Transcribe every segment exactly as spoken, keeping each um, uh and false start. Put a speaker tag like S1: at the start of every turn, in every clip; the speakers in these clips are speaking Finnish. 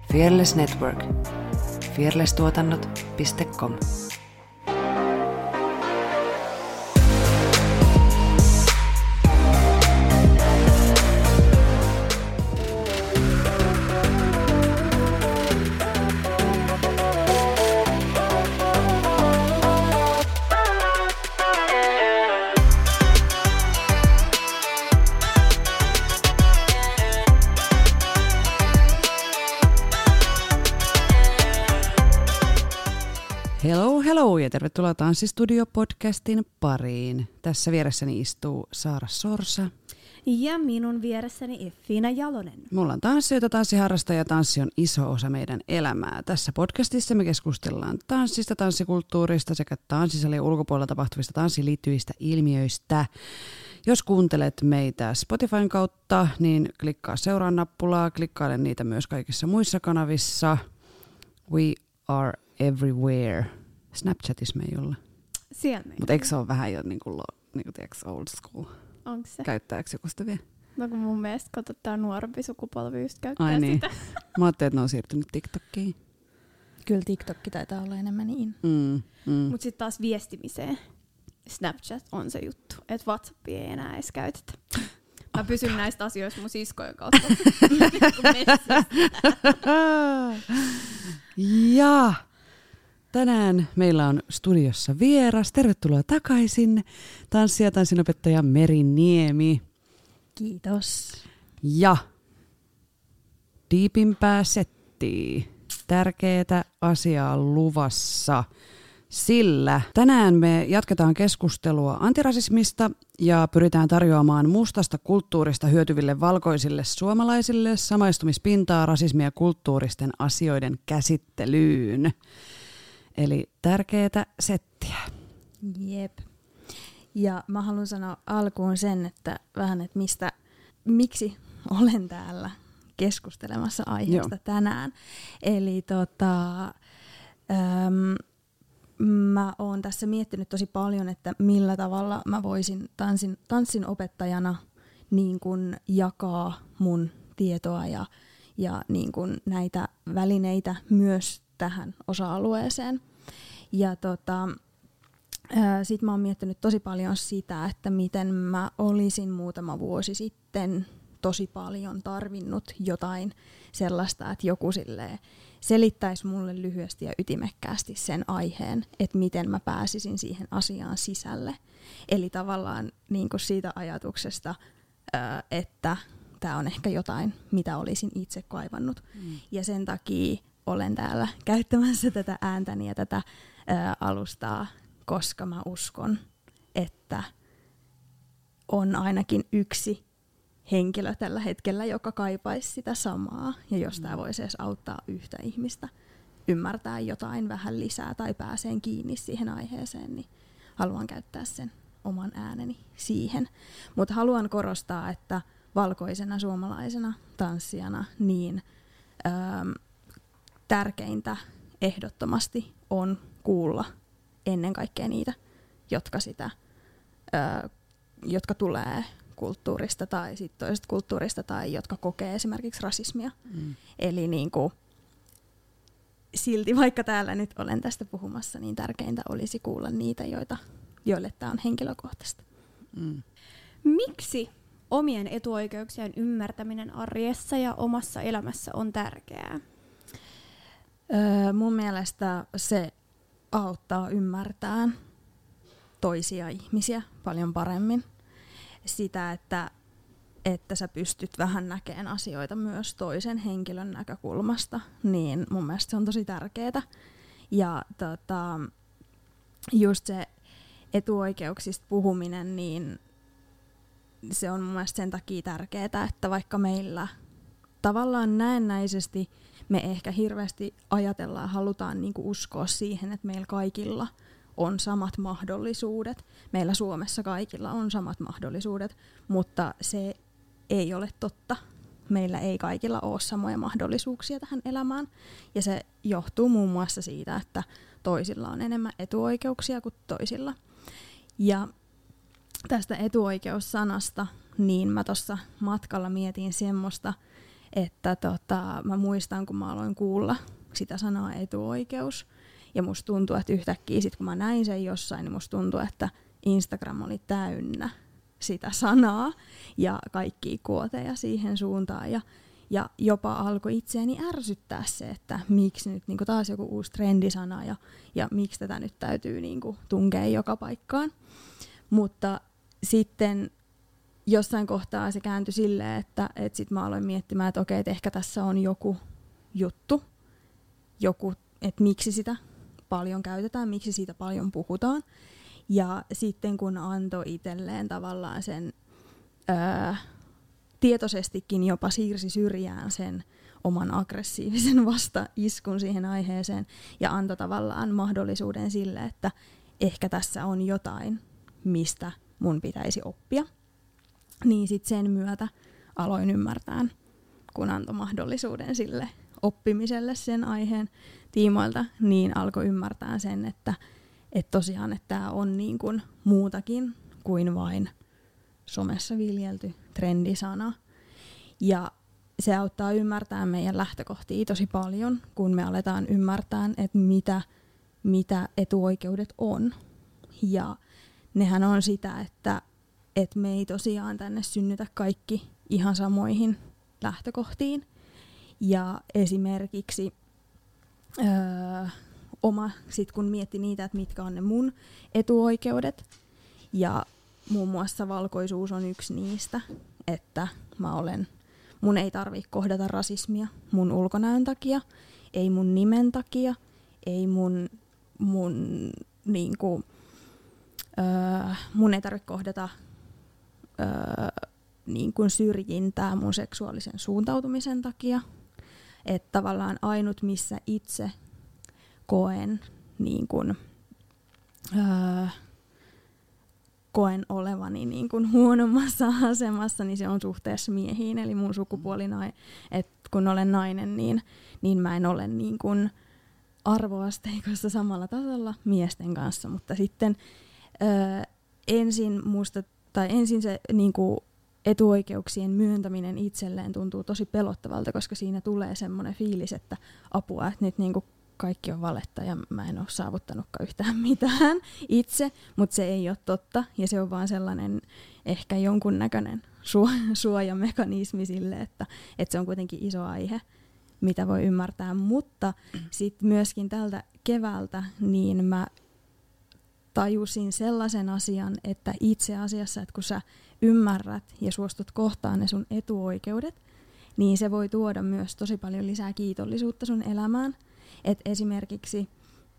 S1: Fearless Network. fearless tuotannot piste com.
S2: Hello, hello ja tervetuloa Tanssistudio-podcastin pariin. Tässä vieressäni istuu Saara Sorsa.
S3: Ja minun vieressäni Effiina Jalonen.
S2: Mulla on tanssijoita, tanssiharrastaja ja tanssi on iso osa meidän elämää. Tässä podcastissa me keskustellaan tanssista, tanssikulttuurista sekä tanssisalien ulkopuolella tapahtuvista tanssiin liittyvistä ilmiöistä. Jos kuuntelet meitä Spotifyn kautta, niin klikkaa seuraa nappulaa, klikkaile niitä myös kaikissa muissa kanavissa. We are everywhere. Snapchatissa me ei olla.
S3: Siellä me ei
S2: Mutta eikö se ole vähän jo niin kuin, niin kuin tiiäks, old school?
S3: Onko se?
S2: Käyttääkö joku sitä vielä?
S3: No kun mun mielestä kato, tää nuorempi sukupolvi just käyttää
S2: Ai niin.
S3: sitä.
S2: Mä ajattelin, että ne on siirtynyt TikTokiin.
S4: Kyllä TikTokki taitaa olla enemmän niin.
S2: Mm, mm.
S3: Mut sit taas viestimiseen. Snapchat on se juttu, että WhatsAppia ei enää edes käytetä. Mä
S2: Oh
S3: pysyn
S2: God.
S3: näistä asioista mun siskojen kautta.
S2: Ja tänään meillä on studiossa vieras. Tervetuloa takaisin, tanssi- ja tanssinopettaja Meri Niemi.
S4: Kiitos.
S2: Ja diipimpää settiä. Tärkeää asiaa luvassa. Sillä tänään me jatketaan keskustelua antirasismista ja pyritään tarjoamaan mustasta kulttuurista hyötyville valkoisille suomalaisille samaistumispintaa rasismia kulttuuristen asioiden käsittelyyn. Eli tärkeää settiä.
S4: Jep. Ja mä haluan sanoa alkuun sen, että vähän, että mistä, miksi olen täällä keskustelemassa aiheesta
S2: Joo.
S4: tänään. Eli tota, äm, mä oon tässä miettinyt tosi paljon, että millä tavalla mä voisin tanssin, tanssin opettajana niin kun jakaa mun tietoa ja, ja niin kun näitä välineitä myös tähän osa-alueeseen. Ja tota, sit mä oon miettinyt tosi paljon sitä, että miten mä olisin muutama vuosi sitten tosi paljon tarvinnut jotain sellaista, että joku silleen selittäisi mulle lyhyesti ja ytimekkäästi sen aiheen, että miten mä pääsisin siihen asiaan sisälle. Eli tavallaan niin kuin siitä ajatuksesta, että tämä on ehkä jotain, mitä olisin itse kaivannut. Mm. Ja sen takia olen täällä käyttämässä tätä ääntäni ja tätä ää, alustaa, koska mä uskon, että on ainakin yksi henkilö tällä hetkellä, joka kaipaisi sitä samaa. Ja jos tämä voisi edes auttaa yhtä ihmistä ymmärtää jotain vähän lisää tai pääsee kiinni siihen aiheeseen, niin haluan käyttää sen oman ääneni siihen. Mutta haluan korostaa, että valkoisena suomalaisena tanssijana niin ähm, tärkeintä ehdottomasti on kuulla ennen kaikkea niitä, jotka, sitä, ö, jotka tulee kulttuurista tai sit toisesta kulttuurista tai jotka kokee esimerkiksi rasismia. Mm. Eli niin kuin, silti vaikka täällä nyt olen tästä puhumassa, niin tärkeintä olisi kuulla niitä, joita, joille tämä on henkilökohtaista.
S2: Mm.
S3: Miksi omien etuoikeuksien ymmärtäminen arjessa ja omassa elämässä on tärkeää?
S4: Öö, mun mielestä se auttaa ymmärtämään toisia ihmisiä paljon paremmin. Sitä, että, että sä pystyt vähän näkemään asioita myös toisen henkilön näkökulmasta, niin mun mielestä se on tosi tärkeää. Ja tota, just se etuoikeuksista puhuminen, niin se on mun mielestä sen takia tärkeää, että vaikka meillä tavallaan näennäisesti me ehkä hirveästi ajatellaan ja halutaan niinku uskoa siihen, että meillä kaikilla on samat mahdollisuudet. Meillä Suomessa kaikilla on samat mahdollisuudet, mutta se ei ole totta. Meillä ei kaikilla ole samoja mahdollisuuksia tähän elämään. Ja se johtuu muun muassa siitä, että toisilla on enemmän etuoikeuksia kuin toisilla. Ja tästä etuoikeussanasta, niin mä tuossa matkalla mietin semmoista, että tota, mä muistan, kun mä aloin kuulla sitä sanaa etuoikeus, ja musta tuntuu, että yhtäkkiä sit kun mä näin sen jossain, niin musta tuntuu, että Instagram oli täynnä sitä sanaa ja kaikkia kuoteja siihen suuntaan. Ja, ja jopa alkoi itseäni ärsyttää se, että miksi nyt niin taas joku uusi trendisana ja, ja miksi tätä nyt täytyy niin tunkea joka paikkaan. Mutta sitten jossain kohtaa se kääntyi silleen, että, että sit mä aloin miettimään, että okei, että ehkä tässä on joku juttu, joku, että miksi sitä paljon käytetään, miksi siitä paljon puhutaan. Ja sitten kun antoi itselleen tavallaan sen öö, tietoisestikin jopa siirsi syrjään sen oman aggressiivisen vastaiskun siihen aiheeseen ja antoi tavallaan mahdollisuuden sille, että ehkä tässä on jotain, mistä mun pitäisi oppia. Niin sitten sen myötä aloin ymmärtää, kun antoi mahdollisuuden sille oppimiselle sen aiheen tiimoilta, niin alkoi ymmärtää sen, että et tosiaan, että tämä on niin kuin muutakin kuin vain somessa viljelty trendisana. Ja se auttaa ymmärtämään meidän lähtökohtia tosi paljon, kun me aletaan ymmärtää, että mitä, mitä etuoikeudet on. Ja nehän on sitä, että, että me ei tosiaan tänne synnytä kaikki ihan samoihin lähtökohtiin. Ja esimerkiksi öö, oma, sit kun mietti niitä, että mitkä on ne mun etuoikeudet, ja muun muassa valkoisuus on yksi niistä, että mä olen, mun ei tarvitse kohdata rasismia mun ulkonäön takia, ei mun nimen takia, ei mun, mun, niinku, öö, mun ei tarvitse kohdata öö, niin kuin syrjintää mun seksuaalisen suuntautumisen takia. Että tavallaan ainut, missä itse koen, niin kuin, öö, koen olevani niin kuin huonommassa asemassa, niin se on suhteessa miehiin. Eli mun sukupuoli, että kun olen nainen, niin, niin mä en ole niin kuin arvoasteikossa samalla tasolla miesten kanssa. Mutta sitten öö, ensin, musta, tai ensin se niin kuin etuoikeuksien myöntäminen itselleen tuntuu tosi pelottavalta, koska siinä tulee semmoinen fiilis, että apua, että nyt niinku kaikki on valetta ja mä en ole saavuttanutkaan yhtään mitään itse, mutta se ei ole totta ja se on vaan sellainen ehkä jonkunnäköinen suo- suojamekanismi sille, että, että se on kuitenkin iso aihe, mitä voi ymmärtää, mutta sitten myöskin tältä keväältä niin mä tajusin sellaisen asian, että itse asiassa, että kun sä ymmärrät ja suostut kohtaan ne sun etuoikeudet, niin se voi tuoda myös tosi paljon lisää kiitollisuutta sun elämään. Et esimerkiksi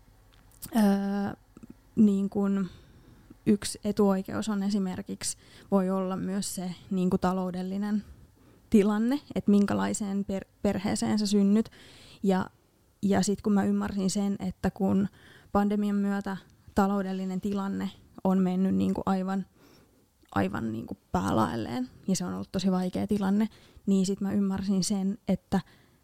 S4: ää, niin kun yksi etuoikeus on esimerkiksi, voi olla myös se niin kun taloudellinen tilanne, että minkälaiseen per- perheeseen sä synnyt. Ja, ja sitten kun mä ymmärsin sen, että kun pandemian myötä taloudellinen tilanne on mennyt niin kuin aivan, aivan niin kuin päälaelleen ja se on ollut tosi vaikea tilanne, niin sitten mä ymmärsin sen, että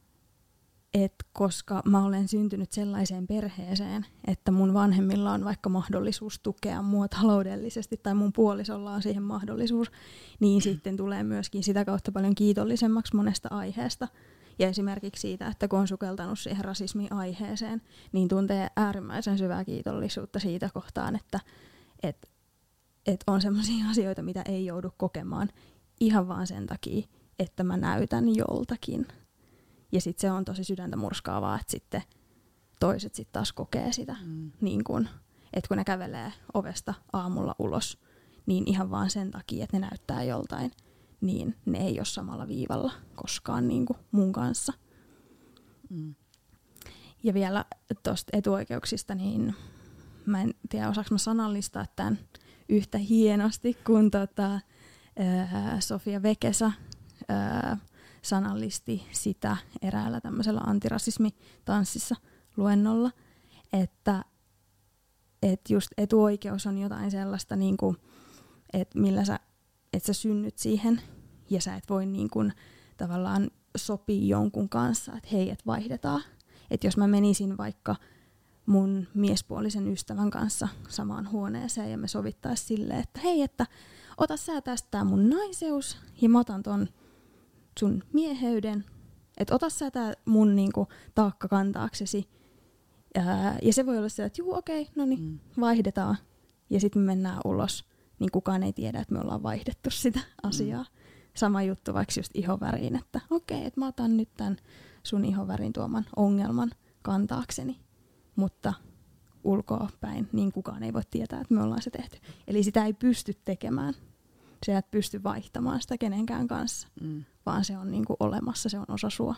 S4: et koska mä olen syntynyt sellaiseen perheeseen, että mun vanhemmilla on vaikka mahdollisuus tukea mua taloudellisesti tai mun puolisolla on siihen mahdollisuus, niin sitten tulee myöskin sitä kautta paljon kiitollisemmaksi monesta aiheesta. Ja esimerkiksi siitä, että kun on sukeltanut siihen rasismi-aiheeseen, niin tuntee äärimmäisen syvää kiitollisuutta siitä kohtaan, että et, et on sellaisia asioita, mitä ei joudu kokemaan ihan vaan sen takia, että mä näytän joltakin. Ja sitten se on tosi sydäntä murskaavaa, että sitten toiset sitten taas kokee sitä, mm. niin kun, että kun ne kävelee ovesta aamulla ulos, niin ihan vaan sen takia, että ne näyttää joltain, niin ne ei ole samalla viivalla koskaan niin kuin mun kanssa. Mm. Ja vielä tuosta etuoikeuksista, niin mä en tiedä, osaanko mä sanallistaa tämän yhtä hienosti kuin tota, ää, Sofia Vekesa ää, sanallisti sitä eräällä tämmöisellä antirasismitanssissa luennolla, että et just etuoikeus on jotain sellaista, niin kuin, että millä sä että sä synnyt siihen ja sä et voi niin kuin tavallaan sopia jonkun kanssa, että hei, et vaihdetaan. Että jos mä menisin vaikka mun miespuolisen ystävän kanssa samaan huoneeseen ja me sovittaisiin silleen, että hei, että ota sä tästä tää mun naiseus ja mä otan ton sun mieheyden Että ota sä tää mun niinku taakka kantaaksesi. Ää, ja se voi olla se, että juu okei, okay, no niin, mm. vaihdetaan. Ja sitten me mennään ulos, niin kukaan ei tiedä, että me ollaan vaihdettu sitä asiaa. Mm. Sama juttu vaikka just ihoväriin, että okei, okay, että mä otan nyt tämän sun ihovärin tuoman ongelman kantaakseni. Mutta ulkoa päin, niin kukaan ei voi tietää, että me ollaan se tehty. Eli sitä ei pysty tekemään. Se et pysty vaihtamaan sitä kenenkään kanssa, mm. vaan se on niinku olemassa, se on osa sua.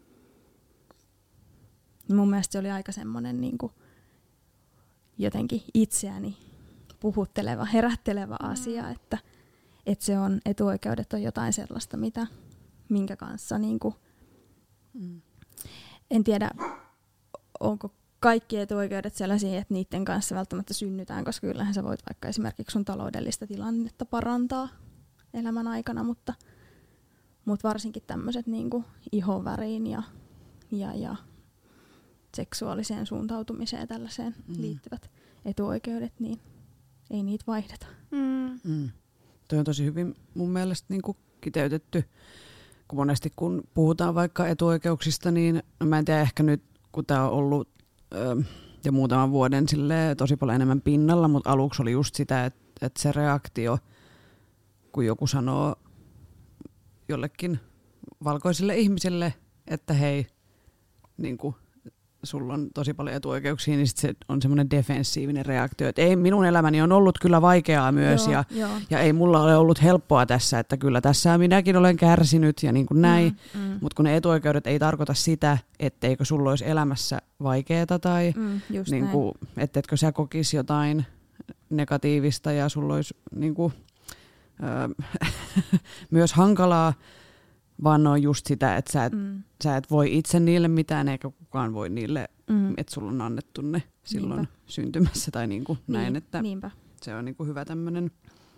S4: Mun mielestä se oli aika semmoinen niinku jotenkin itseäni puhutteleva, herättelevä mm. asia, että, että se on, etuoikeudet on jotain sellaista, mitä, minkä kanssa niinku, mm. en tiedä, onko kaikki etuoikeudet sellaisia, että niiden kanssa välttämättä synnytään, koska kyllähän sä voit vaikka esimerkiksi sun taloudellista tilannetta parantaa elämän aikana, mutta, mutta varsinkin tämmöiset niinku ihoväriin ja, ja, ja seksuaaliseen suuntautumiseen ja tällaiseen mm. liittyvät etuoikeudet, niin ei niitä vaihdeta.
S3: Mm.
S2: Mm. Tuo on tosi hyvin mun mielestä niinku kiteytetty, kun monesti kun puhutaan vaikka etuoikeuksista, niin no mä en tiedä, ehkä nyt kun tää on ollut ja muutaman vuoden silleen, tosi paljon enemmän pinnalla, mutta aluksi oli just sitä, että, että se reaktio, kun joku sanoo jollekin valkoisille ihmisille, että hei, niin kuin, sulla on tosi paljon etuoikeuksia, niin sit se on semmoinen defensiivinen reaktio, että ei, minun elämäni on ollut kyllä vaikeaa myös joo, ja, ja ei mulla ole ollut helppoa tässä, että kyllä tässä minäkin olen kärsinyt ja niin kuin näin, mm, mm. mutta kun ne etuoikeudet ei tarkoita sitä, etteikö sulla olisi elämässä vaikeaa tai mm, niin kuin, etteikö sä kokisi jotain negatiivista ja sulla olisi niin kuin, ö, myös hankalaa, vaan on just sitä, että sä et, mm. sä et voi itse niille mitään, eikä kukaan voi niille, mm. että sulla on annettu ne silloin Niinpä. syntymässä tai niin kuin näin, että Niinpä. se on niin kuin hyvä tämmöinen,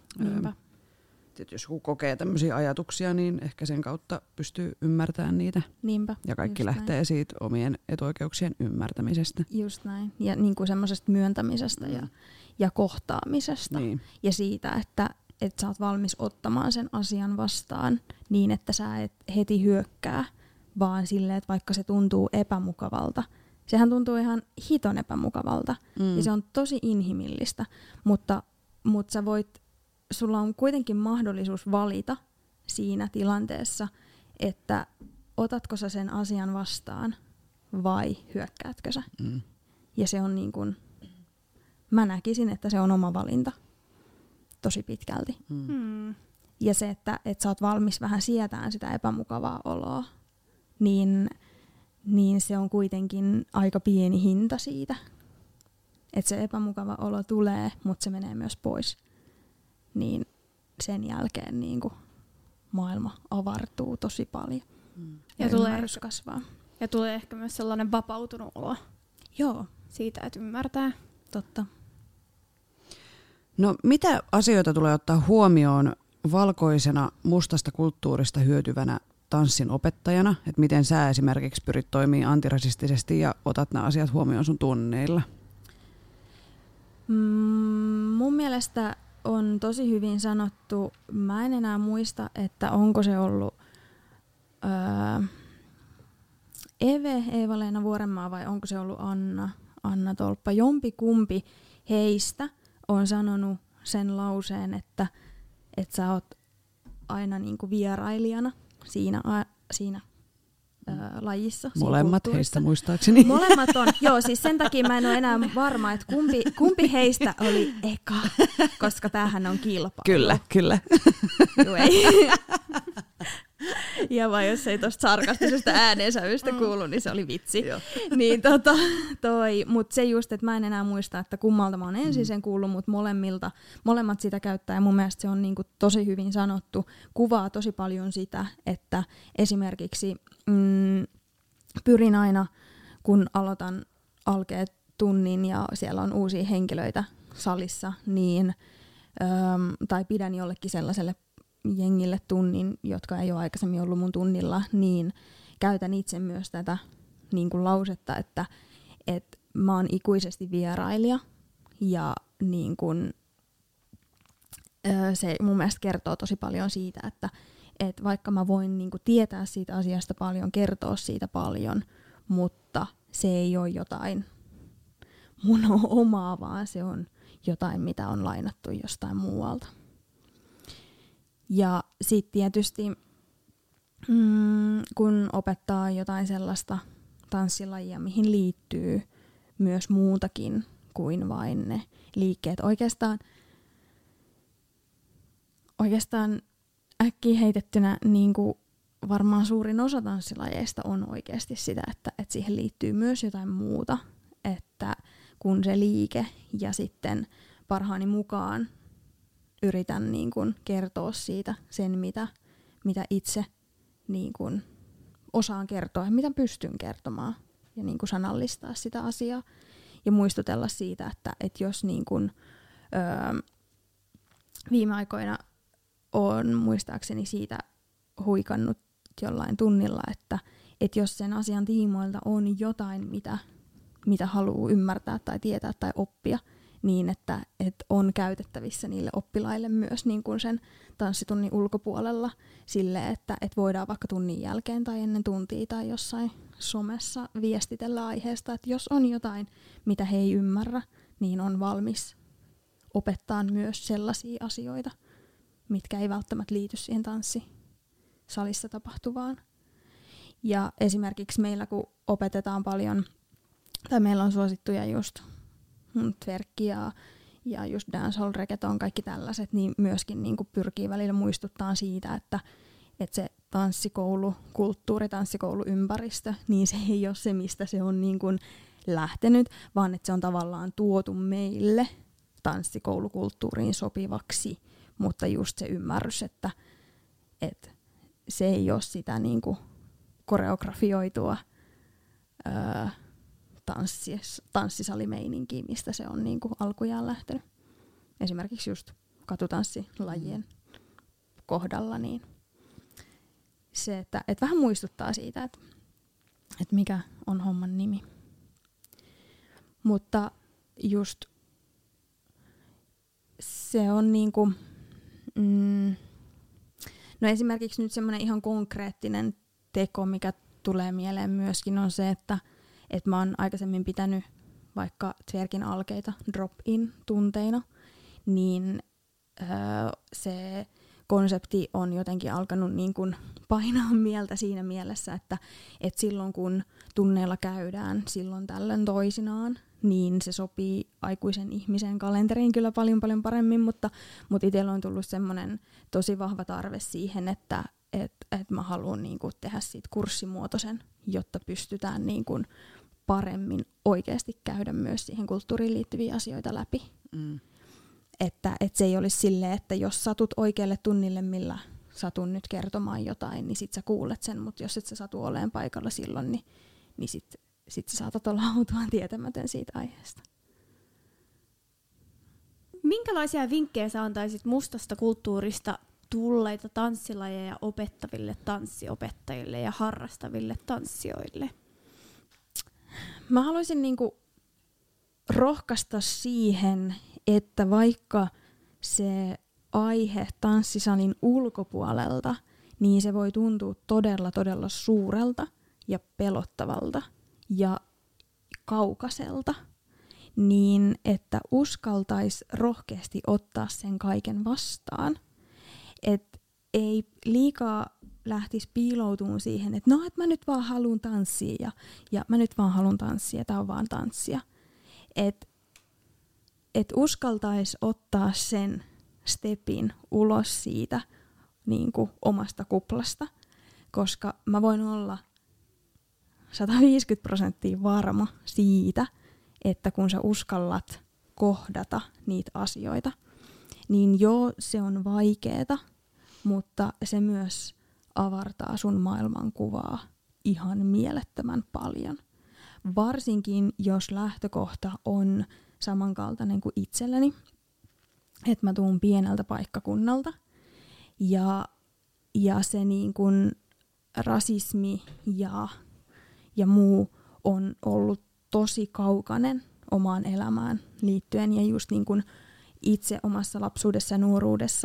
S2: että jos joku kokee tämmöisiä ajatuksia, niin ehkä sen kautta pystyy ymmärtämään niitä.
S4: Niinpä.
S2: Ja kaikki
S4: just
S2: lähtee näin. Siitä omien etuoikeuksien ymmärtämisestä.
S4: Just näin. Ja niin kuin semmoisesta myöntämisestä mm. ja, ja kohtaamisesta. Niin. Ja siitä, että että sä oot valmis ottamaan sen asian vastaan niin, että sä et heti hyökkää, vaan silleen, että vaikka se tuntuu epämukavalta. Sehän tuntuu ihan hiton epämukavalta mm. ja se on tosi inhimillistä, mutta, mutta sä voit, sulla on kuitenkin mahdollisuus valita siinä tilanteessa, että otatko sä sen asian vastaan vai hyökkäätkö sä. Mm. Ja se on niin kuin, mä näkisin, että se on oma valinta. Tosi pitkälti. Mm. Ja se, että, että sä oot valmis vähän sietään sitä epämukavaa oloa, niin, niin se on kuitenkin aika pieni hinta siitä. Että se epämukava olo tulee, mutta se menee myös pois. Niin sen jälkeen niin kuin maailma avartuu tosi paljon. Mm. Ja, ja ymmärrys tulee, kasvaa.
S3: Ja tulee ehkä myös sellainen vapautunut olo.
S4: Joo.
S3: Siitä, että ymmärtää.
S4: Totta.
S2: No mitä asioita tulee ottaa huomioon valkoisena mustasta kulttuurista hyötyvänä tanssin opettajana? Että miten sä esimerkiksi pyrit toimimaan antirasistisesti ja otat nämä asiat huomioon sun tunneilla?
S4: Mm, mun mielestä on tosi hyvin sanottu. Mä en enää muista, että onko se ollut öö, Eve, Eeva-Leena Vuorenmaa vai onko se ollut Anna, Anna Tolppa. Jompi kumpi heistä on sanonut sen lauseen, että, että sä oot aina niinku vierailijana siinä, a, siinä ö, lajissa.
S2: Molemmat heistä muistaakseni.
S4: Molemmat on. Joo, siis sen takia mä en ole enää varma, että kumpi, kumpi heistä oli eka, koska tämähän on kilpailu.
S2: Kyllä, kyllä.
S4: Joo, ei. Ja vai jos ei tosta sarkastisesta äänensävystä kuulu, niin se oli vitsi. Niin tota, toi, mut se just, että mä en enää muista, että kummalta mä oon ensin sen kuullut, mutta molemmilta, molemmat sitä käyttää ja mun mielestä se on niinku tosi hyvin sanottu. Kuvaa tosi paljon sitä, että esimerkiksi mm, pyrin aina, kun aloitan alkeet tunnin ja siellä on uusia henkilöitä salissa, niin, äm, tai pidän jollekin sellaiselle jengille tunnin, jotka ei ole aikaisemmin ollut mun tunnilla, niin käytän itse myös tätä niin kuin lausetta, että, että mä oon ikuisesti vierailija ja niin kuin, se mun mielestä kertoo tosi paljon siitä, että, että vaikka mä voin niinku tietää siitä asiasta paljon, kertoa siitä paljon, mutta se ei ole jotain mun omaa, vaan se on jotain, mitä on lainattu jostain muualta. Ja sitten tietysti, mm, kun opettaa jotain sellaista tanssilajia, mihin liittyy myös muutakin kuin vain ne liikkeet. Oikeastaan, oikeastaan äkkiä heitettynä niin kuin varmaan suurin osa tanssilajeista on oikeasti sitä, että, että siihen liittyy myös jotain muuta, että kun se liike ja sitten parhaani mukaan yritän niin kuin kertoa siitä sen, mitä, mitä itse niin kuin osaan kertoa ja mitä pystyn kertomaan ja niin kuin sanallistaa sitä asiaa ja muistutella siitä, että, että jos niin kuin, öö, viime aikoina on muistaakseni siitä huikannut jollain tunnilla, että, että jos sen asian tiimoilta on jotain, mitä, mitä haluaa ymmärtää tai tietää tai oppia, niin että, että on käytettävissä niille oppilaille myös niin kuin sen tanssitunnin ulkopuolella sille, että, että voidaan vaikka tunnin jälkeen tai ennen tuntia tai jossain somessa viestitellä aiheesta, että jos on jotain, mitä he ei ymmärrä, niin on valmis opettaa myös sellaisia asioita, mitkä ei välttämättä liity siihen tanssisalissa tapahtuvaan. Ja esimerkiksi meillä, kun opetetaan paljon, tai meillä on suosittuja just twerkki ja, ja just dancehall, reggaeton, kaikki tällaiset, niin myöskin niin kuin pyrkii välillä muistuttaa siitä, että, että se tanssikoulu, kulttuuri, tanssikouluympäristö, niin se ei ole se, mistä se on niin kuin lähtenyt, vaan että se on tavallaan tuotu meille tanssikoulukulttuuriin sopivaksi, mutta just se ymmärrys, että, että se ei ole sitä niin kuin koreografioitua öö, tanssis, tanssisalimeininkiä, mistä se on niin kuin alkujaan lähtenyt. Esimerkiksi just katutanssilajien kohdalla, niin se, että, että vähän muistuttaa siitä, että, että mikä on homman nimi. Mutta just se on niinku, mm, no esimerkiksi nyt semmoinen ihan konkreettinen teko, mikä tulee mieleen myöskin, on se, että et mä oon aikaisemmin pitänyt vaikka twerkin alkeita drop-in tunteina, niin öö, se konsepti on jotenkin alkanut niin kuin painaa mieltä siinä mielessä, että et silloin kun tunneilla käydään silloin tällöin toisinaan, niin se sopii aikuisen ihmisen kalenteriin kyllä paljon paljon paremmin, mutta, mutta itsellä on tullut semmoinen tosi vahva tarve siihen, että et, et mä haluan niinku tehdä siitä kurssimuotoisen, jotta pystytään niinku paremmin oikeasti käydä myös siihen kulttuuriin liittyviä asioita läpi. Mm. Että et se ei olisi silleen, että jos satut oikealle tunnille, millä satun nyt kertomaan jotain, niin sit sä kuulet sen, mutta jos et sä satu oleen paikalla silloin, niin, niin sit, sit sä saatat olla autuaan tietämätön siitä aiheesta.
S3: Minkälaisia vinkkejä sä antaisit mustasta kulttuurista tulleita tanssilajeja opettaville tanssiopettajille ja harrastaville tanssijoille?
S4: Mä haluaisin niinku rohkaista siihen, että vaikka se aihe tanssisalin ulkopuolelta, niin se voi tuntua todella, todella suurelta ja pelottavalta ja kaukaiselta, niin että uskaltaisi rohkeasti ottaa sen kaiken vastaan. Että ei liikaa lähtisi piiloutumaan siihen, että no, että mä nyt vaan haluan tanssia ja, ja mä nyt vaan haluan tanssia, tää on vaan tanssia. Että et uskaltaisi ottaa sen stepin ulos siitä niin kuin omasta kuplasta, koska mä voin olla sata viisikymmentä prosenttia varma siitä, että kun sä uskallat kohdata niitä asioita, niin joo, se on vaikeeta, mutta se myös avartaa sun maailmankuvaa ihan mielettömän paljon. Varsinkin jos lähtökohta on samankaltainen kuin itselleni, että mä tuun pieneltä paikkakunnalta ja, ja se niin kuin rasismi ja, ja muu on ollut tosi kaukainen omaan elämään liittyen ja just niin kuin itse omassa lapsuudessa ja nuoruudessa,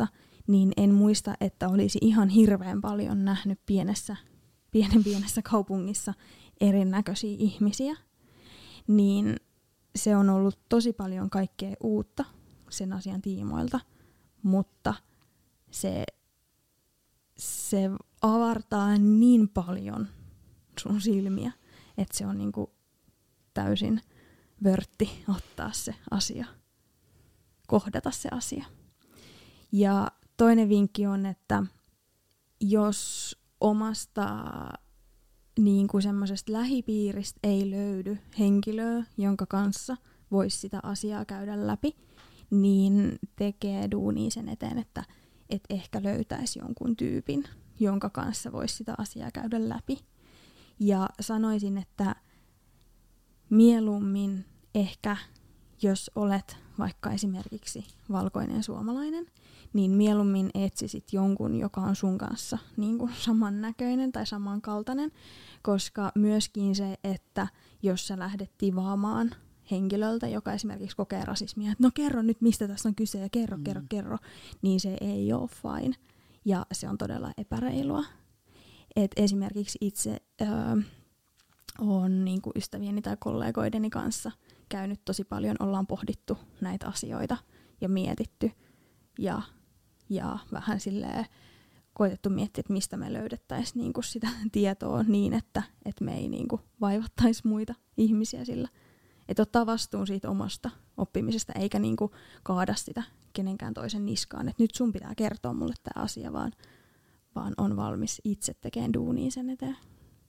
S4: niin en muista, että olisi ihan hirveän paljon nähnyt pienessä, pienen pienessä kaupungissa erinäköisiä ihmisiä. Niin se on ollut tosi paljon kaikkea uutta sen asian tiimoilta, mutta se, se avartaa niin paljon sun silmiä, että se on niinku täysin vörtti ottaa se asia, kohdata se asia. Ja toinen vinkki on, että jos omasta niin kuin semmoisesta lähipiiristä ei löydy henkilöä, jonka kanssa voisi sitä asiaa käydä läpi, niin tekee duunia sen eteen, että et ehkä löytäisi jonkun tyypin, jonka kanssa voisi sitä asiaa käydä läpi. Ja sanoisin, että mieluummin ehkä, jos olet vaikka esimerkiksi valkoinen suomalainen, niin mieluummin etsisit jonkun, joka on sun kanssa niin kuin samannäköinen tai samankaltainen, koska myöskin se, että jos sä lähdet tivaamaan henkilöltä, joka esimerkiksi kokee rasismia, että no kerro nyt, mistä tässä on kyse ja kerro, mm. kerro, kerro, niin se ei ole fine ja se on todella epäreilua. Et esimerkiksi itse öö, on niin kuin ystävieni tai kollegoideni kanssa käynyt tosi paljon, ollaan pohdittu näitä asioita ja mietitty ja, ja vähän silleen koitettu miettiä, että mistä me löydettäisiin niinku sitä tietoa niin, että et me ei niinku vaivattaisi muita ihmisiä sillä. Että ottaa vastuun siitä omasta oppimisesta, eikä niinku kaada sitä kenenkään toisen niskaan, että nyt sun pitää kertoa mulle tämä asia, vaan, vaan on valmis itse tekemään duunia sen eteen.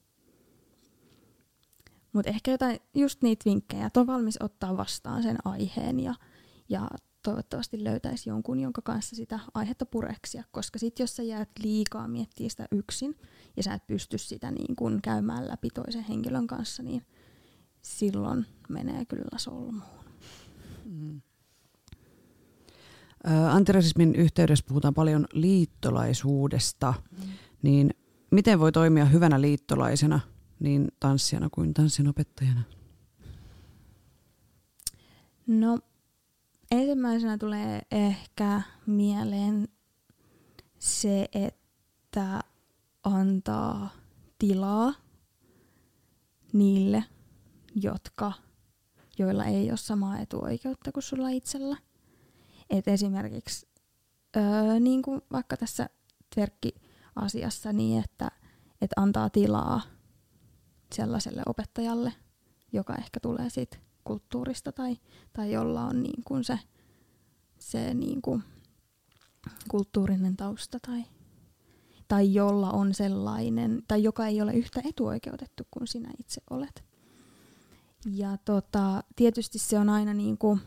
S4: Mutta ehkä jotain, just niitä vinkkejä, että on valmis ottaa vastaan sen aiheen ja, ja toivottavasti löytäisi jonkun, jonka kanssa sitä aihetta pureksia, koska sit jos sä jäät liikaa miettimään sitä yksin ja sä et pysty sitä niin kun käymään läpi toisen henkilön kanssa, niin silloin menee kyllä solmuun.
S2: Mm. Antirasismin yhteydessä puhutaan paljon liittolaisuudesta, mm. niin miten voi toimia hyvänä liittolaisena niin tanssijana kuin tanssin opettajana?
S4: No ensimmäisenä tulee ehkä mieleen se, että antaa tilaa niille, jotka, joilla ei ole samaa etuoikeutta kuin sulla itsellä. Et esimerkiksi öö, niin kuin vaikka tässä tverkki-asiassa niin, että et antaa tilaa sellaiselle opettajalle, joka ehkä tulee siitä kulttuurista tai, tai jolla on niin kuin se, se niin kuin kulttuurinen tausta tai, tai jolla on sellainen, tai joka ei ole yhtä etuoikeutettu kuin sinä itse olet. Ja tota, tietysti se on aina niin kuin,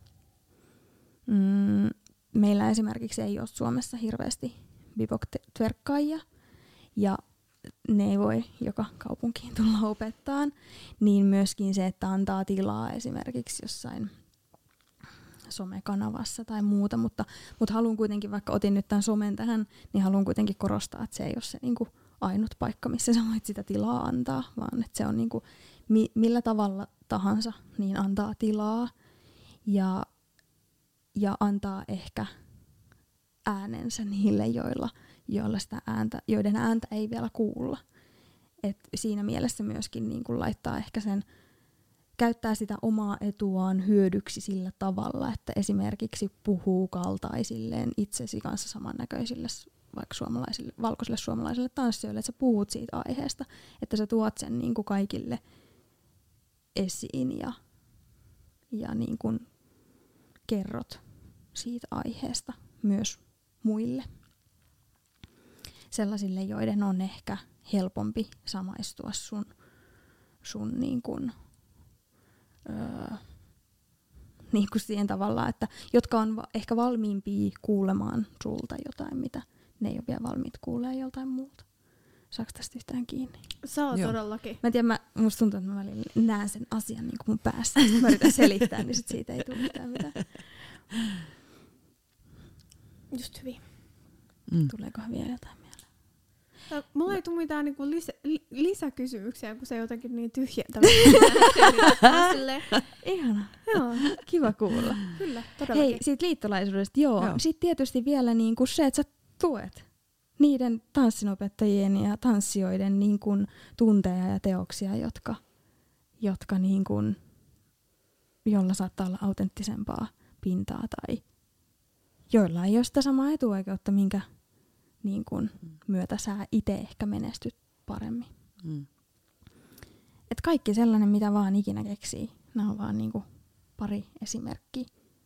S4: mm, meillä esimerkiksi ei ole Suomessa hirveästi bebop-tverkkaajia, ja ne ei voi joka kaupunkiin tulla opettaan, niin myöskin se, että antaa tilaa esimerkiksi jossain somekanavassa tai muuta, mutta, mutta haluan kuitenkin, vaikka otin nyt tämän somen tähän, niin haluan kuitenkin korostaa, että se ei ole se niin kuin ainut paikka, missä sä voit sitä tilaa antaa, vaan että se on niin kuin mi- millä tavalla tahansa, niin antaa tilaa ja, ja antaa ehkä äänensä niille, joilla joilla sitä ääntä, joiden ääntä ei vielä kuulla. Et siinä mielessä myöskin niin kun laittaa ehkä sen, käyttää sitä omaa etuaan hyödyksi sillä tavalla, että esimerkiksi puhuu kaltaisilleen itsesi kanssa samannäköisille vaikka suomalaisille, valkoisille suomalaisille tanssijoille, että sä puhut siitä aiheesta, että sä tuot sen niin kuin kaikille esiin ja, ja niin kuin kerrot siitä aiheesta myös muille. Sellaisille, joiden on ehkä helpompi samaistua sun, sun niin kuin, öö, niin kuin siihen tavallaan, että jotka on va- ehkä valmiimpia kuulemaan sulta jotain, mitä ne ei ole vielä valmiit kuulemaan joltain muulta. Saako tästä yhtään kiinni?
S3: Saa todellakin.
S4: Mä en tiedä, mä, musta tuntuu, että mä välillä näen sen asian niin kuin mun päässä. Sitten mä yritän selittää, niin sit siitä ei tule mitään mitään.
S3: Just hyvin.
S2: Mm.
S4: Tuleekohan vielä jotain mieleen?
S3: No, mulla ei tule mitään niinku lisä, li, lisäkysymyksiä, kun se jotenkin niin tyhjentävä.
S4: Ihana.
S3: Joo.
S4: Kiva kuulla.
S3: Kyllä, todellakin.
S4: Hei, siitä liittolaisuudesta, joo. joo. Sitten tietysti vielä niinku se, että sä tuet niiden tanssinopettajien ja tanssijoiden niin kuin tunteja ja teoksia, jotka, jotka niin kuin, jolla saattaa olla autenttisempaa pintaa tai joilla ei ole sitä samaa etuoikeutta, minkä niin kuin, myötä sä itse ehkä menestyt paremmin. Mm. Et kaikki sellainen, mitä vaan ikinä keksii, nämä on vaan niin kuin pari esimerkkiä.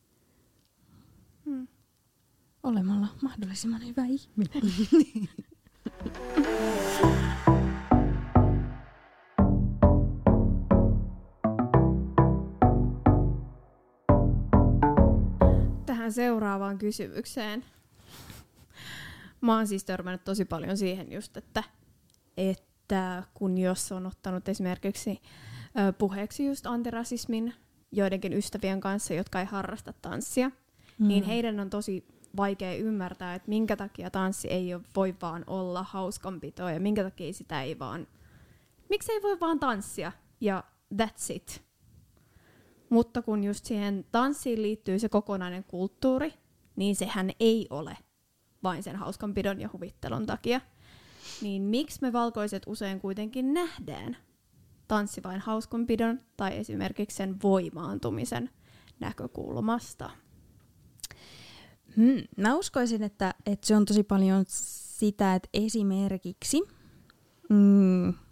S4: Mm. Olemalla mahdollisimman hyvä ihminen.
S3: Tähän seuraavaan kysymykseen. Mä oon siis törmännyt tosi paljon siihen just, että, että kun jos on ottanut esimerkiksi ö, puheeksi just antirasismin joidenkin ystävien kanssa, jotka ei harrasta tanssia, mm. niin heidän on tosi vaikea ymmärtää, että minkä takia tanssi ei voi vaan olla hauskanpitoa ja minkä takia sitä ei vaan, miksi ei voi vaan tanssia ja that's it. Mutta kun just siihen tanssiin liittyy se kokonainen kulttuuri, niin sehän ei ole vain sen hauskanpidon ja huvittelun takia. Niin miksi me valkoiset usein kuitenkin nähdään tanssi vain hauskanpidon tai esimerkiksi sen voimaantumisen näkökulmasta?
S4: Hmm. Mä uskoisin, että, että se on tosi paljon sitä, että esimerkiksi mm, öö,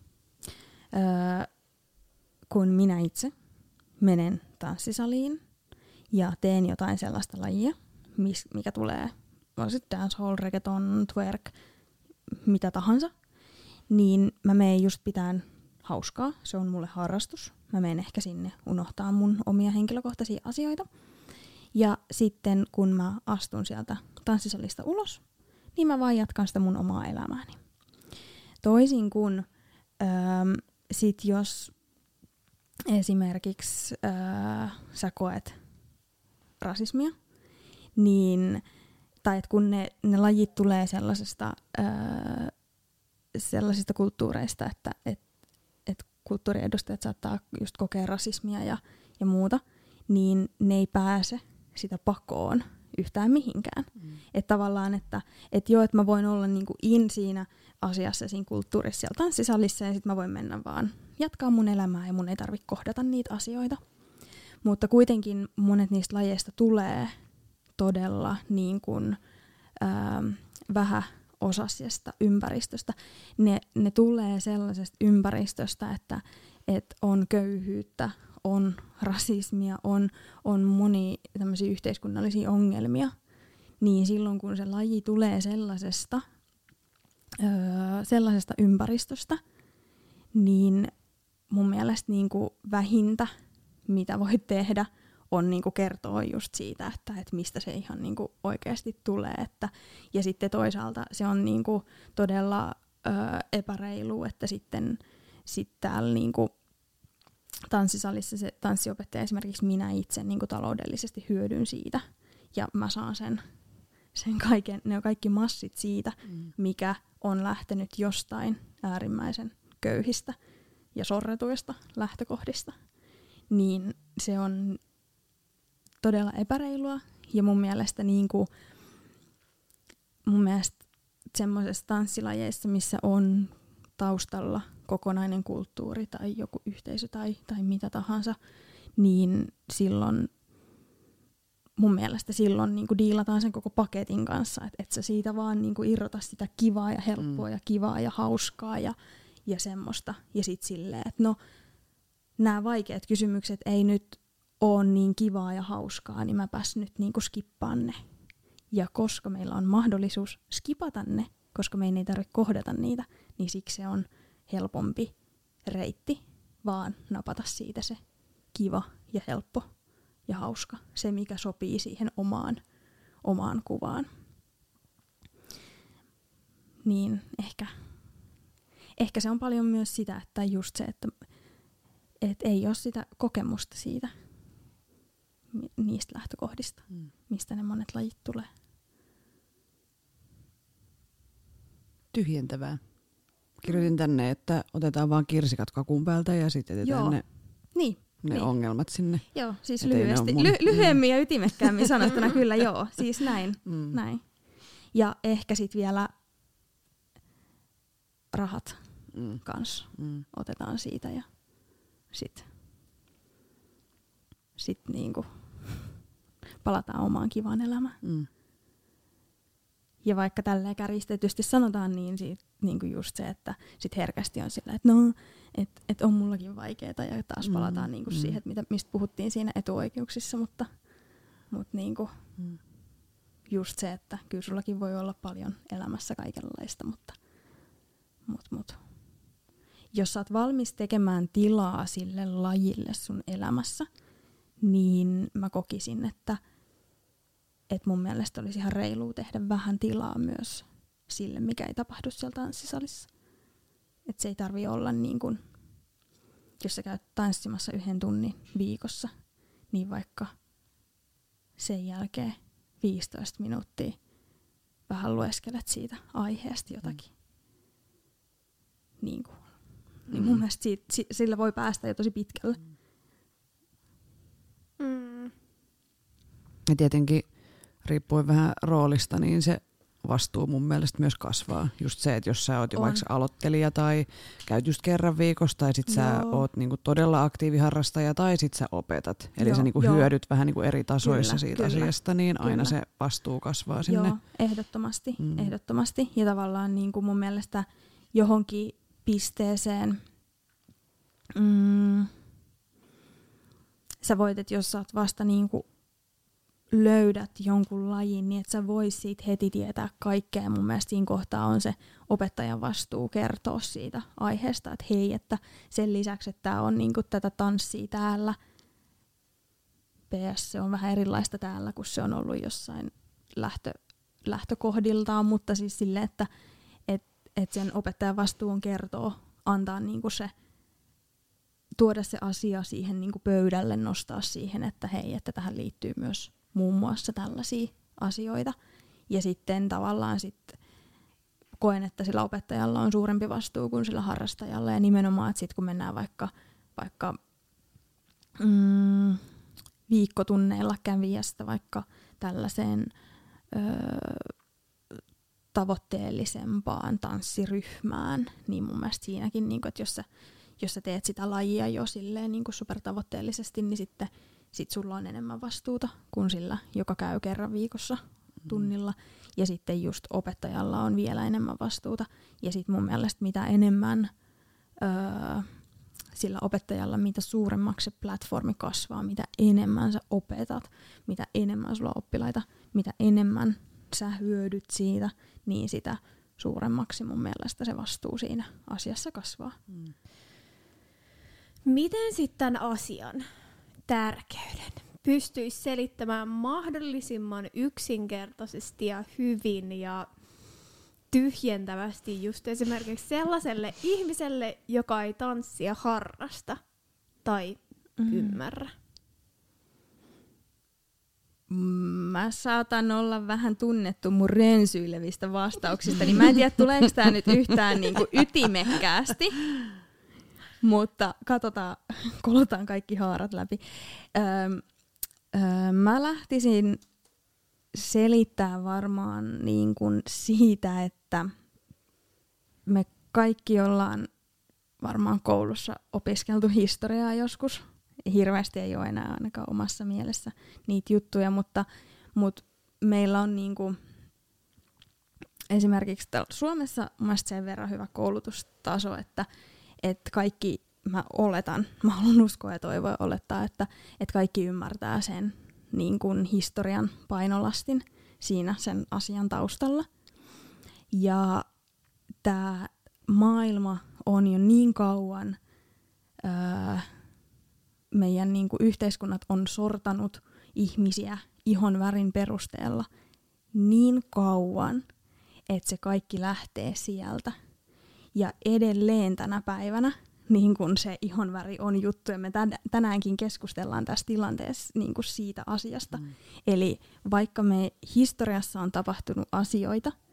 S4: kun minä itse menen tanssisaliin ja teen jotain sellaista lajia, mis, mikä tulee, on sitten dancehall, reggaeton, twerk, mitä tahansa, niin mä menen just pitään hauskaa. Se on mulle harrastus. Mä menen ehkä sinne unohtaa mun omia henkilökohtaisia asioita. Ja sitten kun mä astun sieltä tanssisalista ulos, niin mä vaan jatkan sitä mun omaa elämääni. Toisin kuin öö, sit jos esimerkiksi öö, sä koet rasismia, niin, tai että kun ne, ne lajit tulee sellaisesta, öö, sellaisista kulttuureista, että et, et kulttuuriedustajat saattaa just kokea rasismia ja, ja muuta, niin ne ei pääse sitä pakoon yhtään mihinkään. Mm. Että tavallaan, että et joo, että mä voin olla niinku in siinä asiassa, siinä kulttuurissa siellä tanssisalissa, ja sitten mä voin mennä vaan jatkaa mun elämää, ja mun ei tarvitse kohdata niitä asioita. Mutta kuitenkin monet niistä lajeista tulee todella niin kuin, ää, vähäosaisesta ympäristöstä. Ne, ne tulee sellaisesta ympäristöstä, että et on köyhyyttä, on rasismia, on, on moni tämmöisiä yhteiskunnallisia ongelmia, niin silloin kun se laji tulee sellaisesta, öö, sellaisesta ympäristöstä, niin mun mielestä niinku vähintä, mitä voi tehdä, on niinku kertoa just siitä, että et mistä se ihan niinku oikeasti tulee. Että, ja sitten toisaalta se on niinku todella öö, epäreilu, että sitten sit täällä niinku tanssisalissa se tanssiopettaja, esimerkiksi minä itse niin kuin taloudellisesti hyödyn siitä. Ja mä saan sen, sen kaiken, ne on kaikki massit siitä, mm. mikä on lähtenyt jostain äärimmäisen köyhistä ja sorretuista lähtökohdista. Niin se on todella epäreilua. Ja mun mielestä, niin kuin, mun mielestä semmoisessa tanssilajeissa, missä on taustalla kokonainen kulttuuri tai joku yhteisö tai, tai mitä tahansa, niin silloin mun mielestä silloin niin kuin diilataan sen koko paketin kanssa, että et sä siitä vaan niin kuin irrota sitä kivaa ja helppoa mm. ja kivaa ja hauskaa ja, ja semmoista. Ja sit silleen, että no nämä vaikeat kysymykset ei nyt ole niin kivaa ja hauskaa, niin mäpäs nyt niin kuin skippaan ne. Ja koska meillä on mahdollisuus skipata ne, koska meidän ei tarvitse kohdata niitä, niin siksi se on helpompi reitti, vaan napata siitä se kiva ja helppo ja hauska, se mikä sopii siihen omaan, omaan kuvaan. Niin ehkä, ehkä se on paljon myös sitä, että just se, että et ei ole sitä kokemusta siitä, niistä lähtökohdista, mm. mistä ne monet lajit tulee.
S2: Tyhjentävää. Kirjoitin tänne, että otetaan vaan kirsikat kakun päältä ja sitten jätetään ne,
S4: niin,
S2: ne
S4: niin.
S2: ongelmat sinne.
S4: Joo, siis
S2: Et ei ne
S4: lyhyesti,
S2: oo mun-
S4: ly- lyhyemmin ja ytimekkäämmin sanottuna kyllä joo, siis näin,
S2: Mm.
S4: näin. Ja ehkä sitten vielä rahat
S2: Mm.
S4: kanssa
S2: Mm.
S4: otetaan siitä ja sitten sit niinku palataan omaan kivaan elämään.
S2: Mm.
S4: Ja vaikka tälleen kärjistetysti sanotaan, niin siitä, niinku just se, että sit herkästi on sillä, että no, että et on mullakin vaikeeta ja taas
S2: Mm,
S4: palataan niinku
S2: mm.
S4: siihen, että mitä, mistä puhuttiin siinä etuoikeuksissa, mutta, mutta niinku
S2: Mm.
S4: just se, että kyllä sullakin voi olla paljon elämässä kaikenlaista, mutta mut, mut. jos sä oot valmis tekemään tilaa sille lajille sun elämässä, niin mä kokisin, että et mun mielestä olisi ihan reilua tehdä vähän tilaa myös sille, mikä ei tapahdu siellä tanssisalissa. Et se ei tarvi olla niin kuin, jos sä käyt tanssimassa yhden tunnin viikossa, niin vaikka sen jälkeen viisitoista minuuttia vähän lueskelet siitä aiheesta jotakin. Mm. Niin kuin. Niin mun mielestä siitä, sillä voi päästä jo tosi pitkälle.
S3: Mm.
S2: Ja tietenkin riippuen vähän roolista, niin se vastuu mun mielestä myös kasvaa. Just se, että jos sä oot jo
S4: On.
S2: vaikka aloittelija tai käyt just kerran viikossa tai sit sä
S4: Joo.
S2: oot niinku todella aktiiviharrastaja tai sit sä opetat. Eli
S4: Joo,
S2: sä niinku
S4: joo.
S2: hyödyt vähän niinku eri tasoissa
S4: Kyllä,
S2: siitä
S4: kyllä,
S2: asiasta, niin aina
S4: kyllä.
S2: se vastuu kasvaa sinne.
S4: Joo, ehdottomasti,
S2: Mm.
S4: ehdottomasti. Ja tavallaan niin kuin mun mielestä johonkin pisteeseen mm, sä voit, että jos sä oot vasta niin kuin löydät jonkun lajin, niin et sä vois siitä heti tietää kaikkea. Mun mielestä siinä kohtaa on se opettajan vastuu kertoa siitä aiheesta, että hei, että sen lisäksi, että tää on niin kuin tätä tanssia täällä, P S se on vähän erilaista täällä, kun se on ollut jossain lähtö, lähtökohdiltaan, mutta siis silleen, että et, et sen opettajan vastuu on kertoa, antaa niinku se, tuoda se asia siihen niinku pöydälle, nostaa siihen, että hei, että tähän liittyy myös muun muassa tällaisia asioita. Ja sitten tavallaan sit koen, että sillä opettajalla on suurempi vastuu kuin sillä harrastajalla. Ja nimenomaan, että sit kun mennään vaikka, vaikka mm, viikkotunneilla kävijästä vaikka tällaiseen öö, tavoitteellisempaan tanssiryhmään, niin mun mielestä siinäkin, niin kun, että jos sä, jos sä teet sitä lajia jo silleen niin supertavoitteellisesti, niin sitten sit sulla on enemmän vastuuta kuin sillä, joka käy kerran viikossa tunnilla. Ja sitten just opettajalla on vielä enemmän vastuuta. Ja sitten mun mielestä mitä enemmän öö, sillä opettajalla, mitä suuremmaksi se platformi kasvaa, mitä enemmän sä opetat, mitä enemmän sulla on oppilaita, mitä enemmän sä hyödyt siitä, niin sitä suuremmaksi mun mielestä se vastuu siinä asiassa kasvaa.
S2: Mm.
S3: Miten sitten tämän asian tärkeyden pystyisi selittämään mahdollisimman yksinkertaisesti ja hyvin ja tyhjentävästi just esimerkiksi sellaiselle ihmiselle, joka ei tanssia harrasta tai mm. ymmärrä?
S4: Mä saatan olla vähän tunnettu mun rönsyilevistä vastauksista, niin mä en tiedä, tuleeko tää nyt yhtään niinku ytimekkäästi. Mutta katsotaan, kolotaan kaikki haarat läpi. Öö, öö, mä lähtisin selittää varmaan niin kuin siitä, että me kaikki ollaan varmaan koulussa opiskeltu historiaa joskus. Hirveästi ei ole enää ainakaan omassa mielessä niitä juttuja, mutta, mutta meillä on niin kuin esimerkiksi Suomessa mielestäni sen verran hyvä koulutustaso, että että kaikki, mä oletan, mä haluan uskoa ja toivoa olettaa, että, että kaikki ymmärtää sen niin kuin historian painolastin siinä sen asian taustalla. Ja tämä maailma on jo niin kauan, öö, meidän niin kuin yhteiskunnat on sortanut ihmisiä ihon värin perusteella niin kauan, että se kaikki lähtee sieltä. Ja edelleen tänä päivänä niin kun se ihonväri on juttu, ja me tänäänkin keskustellaan tässä tilanteessa niin kun siitä asiasta. Mm. Eli vaikka me historiassa on tapahtunut asioita,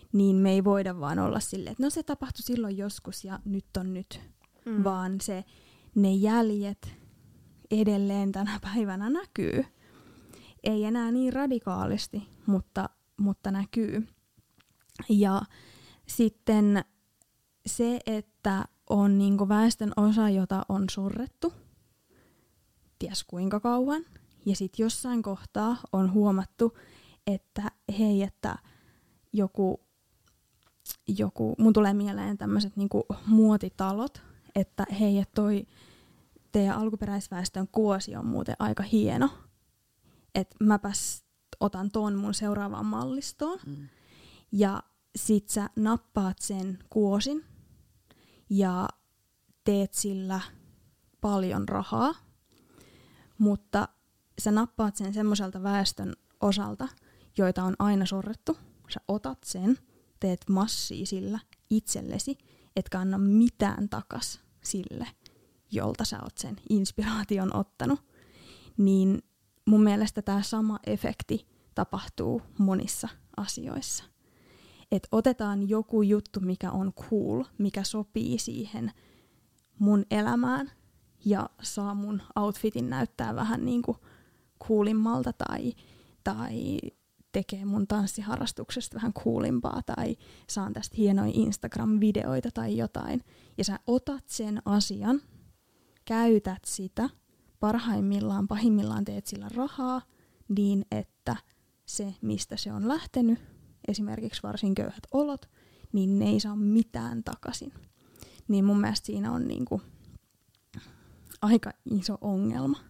S4: niin me ei voida vaan olla silleen, että no se tapahtui silloin joskus ja nyt on nyt, mm. vaan se, ne jäljet edelleen tänä päivänä näkyy. Ei enää niin radikaalisti, mutta, mutta näkyy. Ja sitten se, että on niinku väestön osa, jota on sorrettu, ties kuinka kauan, ja sitten jossain kohtaa on huomattu, että hei, että joku, joku mun tulee mieleen tämmöiset niinku muotitalot, että hei, että toi teidän alkuperäisväestön kuosi on muuten aika hieno, että mäpäs otan ton mun seuraavaan mallistoon, mm. ja sit sä nappaat sen kuosin ja teet sillä paljon rahaa, mutta sä nappaat sen semmoiselta väestön osalta, joita on aina sorrettu. Sä otat sen, teet massia sillä itsellesi, etkä anna mitään takas sille, jolta sä oot sen inspiraation ottanut. Niin mun mielestä tää sama efekti tapahtuu monissa asioissa. Että otetaan joku juttu, mikä on cool, mikä sopii siihen mun elämään ja saa mun outfitin näyttää vähän niinku coolimmalta tai, tai tekee mun tanssiharrastuksesta vähän coolimpaa tai saan tästä hienoja Instagram-videoita tai jotain. Ja sä otat sen asian, käytät sitä, parhaimmillaan, pahimmillaan teet sillä rahaa niin, että se, mistä se on lähtenyt, esimerkiksi varsin köyhät olot, niin ne ei saa mitään takaisin. Niin mun mielestä siinä on niinku aika iso ongelma.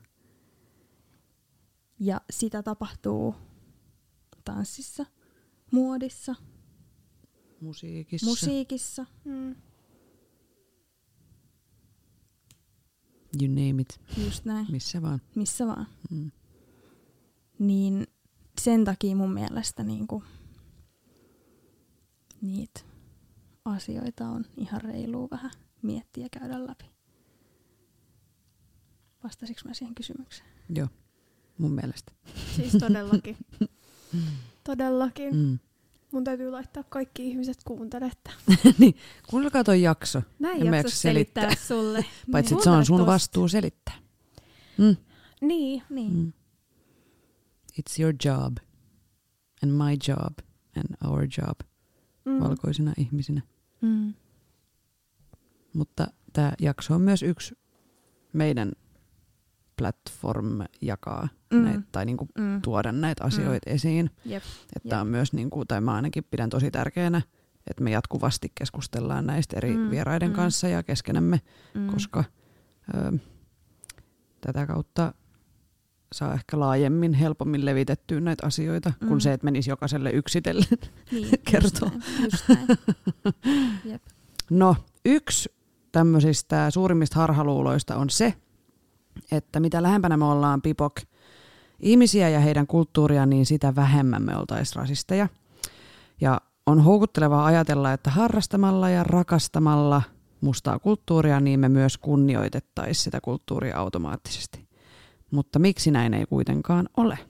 S4: Ja sitä tapahtuu tanssissa, muodissa,
S2: musiikissa.
S4: musiikissa.
S3: Mm.
S2: You name it.
S4: Just näin.
S2: Missä vaan.
S4: Missä vaan.
S2: Mm.
S4: Niin sen takia mun mielestä niinku niitä asioita on ihan reilua vähän miettiä ja käydä läpi. Vastasinko mä siihen kysymykseen?
S2: Joo, mun mielestä.
S3: Siis todellakin. Todellakin.
S2: Mm.
S3: Mun täytyy laittaa kaikki ihmiset kuunteletta.
S2: Niin, kuunnelkaa toi jakso.
S3: Näin
S2: En mä
S3: jaksa
S2: jaksa
S3: selittää,
S2: selittää.
S3: sulle.
S2: Paitsi,
S3: Niin.
S2: että se on sun
S3: Kuuntele
S2: vastuu selittää. Mm.
S3: Niin.
S4: Niin.
S2: Mm. It's your job and my job and our job
S3: Mm.
S2: valkoisina ihmisinä.
S4: Mm.
S2: Mutta tämä jakso on myös yksi meidän platform jakaa
S4: Mm.
S2: näitä, tai niinku
S4: Mm.
S2: tuoda näitä asioita mm. esiin.
S4: Jep.
S2: Että
S4: Jep.
S2: on myös, niinku, tai mä ainakin pidän tosi tärkeänä, että me jatkuvasti keskustellaan näistä eri
S4: Mm.
S2: vieraiden
S4: Mm.
S2: kanssa ja keskenämme,
S4: Mm.
S2: koska ö, tätä kautta saa ehkä laajemmin, helpommin levitettyä näitä asioita, mm. kuin se, että menisi jokaiselle yksitellen
S4: Niin,
S2: kertoo.
S4: Just näin. Just näin. Jep.
S2: No, yksi tämmöisistä suurimmista harhaluuloista on se, että mitä lähempänä me ollaan P I P O C-ihmisiä ja heidän kulttuuria, niin sitä vähemmän me oltaisiin rasisteja. Ja on houkuttelevaa ajatella, että harrastamalla ja rakastamalla mustaa kulttuuria, niin me myös kunnioitettaisiin sitä kulttuuria automaattisesti. Mutta miksi näin ei kuitenkaan ole?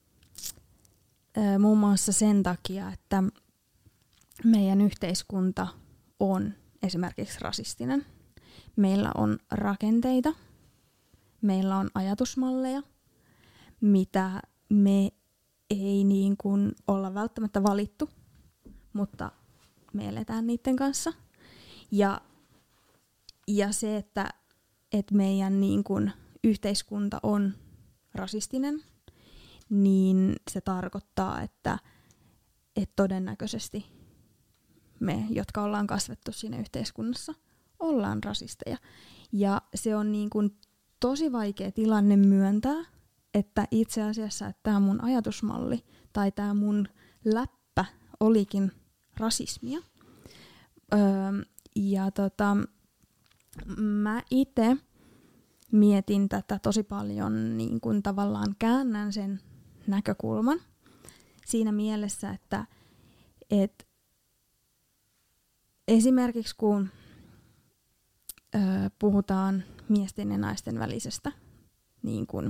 S4: Ö, muun muassa sen takia, että meidän yhteiskunta on esimerkiksi rasistinen. Meillä on rakenteita, meillä on ajatusmalleja, mitä me ei niin kuin olla välttämättä valittu, mutta me eletään niiden kanssa. Ja, ja se, että, että meidän niin kuin yhteiskunta on rasistinen, niin se tarkoittaa, että, että todennäköisesti me, jotka ollaan kasvettu siinä yhteiskunnassa, ollaan rasisteja. Ja se on niin kuin tosi vaikea tilanne myöntää, että itse asiassa että tämä mun ajatusmalli tai tämä mun läppä olikin rasismia. Öö, ja tota, mä itse mietin tätä tosi paljon, niin kun tavallaan käännän sen näkökulman siinä mielessä, että et esimerkiksi kun ö, puhutaan miesten ja naisten välisestä niin kun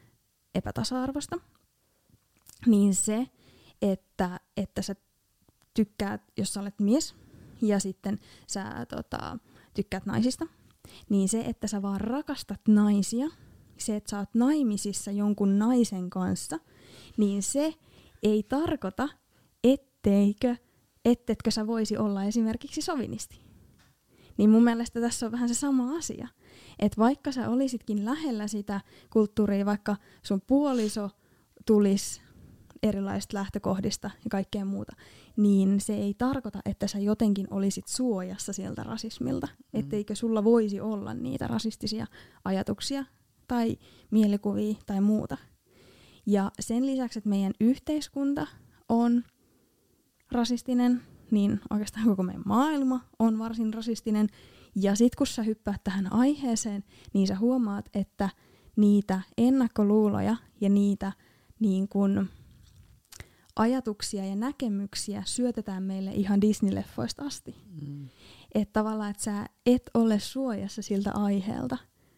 S4: epätasa-arvosta, niin se, että, että sä tykkäät, jos sä olet mies ja sitten sä tota, tykkäät naisista, niin se, että sä vaan rakastat naisia, se, että sä oot naimisissa jonkun naisen kanssa, niin se ei tarkoita, etteikö, ettetkö sä voisi olla esimerkiksi sovinisti. Niin mun mielestä tässä on vähän se sama asia. Että vaikka sä olisitkin lähellä sitä kulttuuria, vaikka sun puoliso tulisi erilaisista lähtökohdista ja kaikkea muuta, niin se ei tarkoita, että sä jotenkin olisit suojassa sieltä rasismilta. Mm. Etteikö sulla voisi olla niitä rasistisia ajatuksia tai mielikuvia tai muuta. Ja sen lisäksi, että meidän yhteiskunta on rasistinen, niin oikeastaan koko meidän maailma on varsin rasistinen. Ja sit kun sä hyppäät tähän aiheeseen, niin sä huomaat, että niitä ennakkoluuloja ja niitä niin kun ajatuksia ja näkemyksiä syötetään meille ihan Disney-leffoista asti. Mm. Että tavallaan, että sä et ole suojassa siltä aiheelta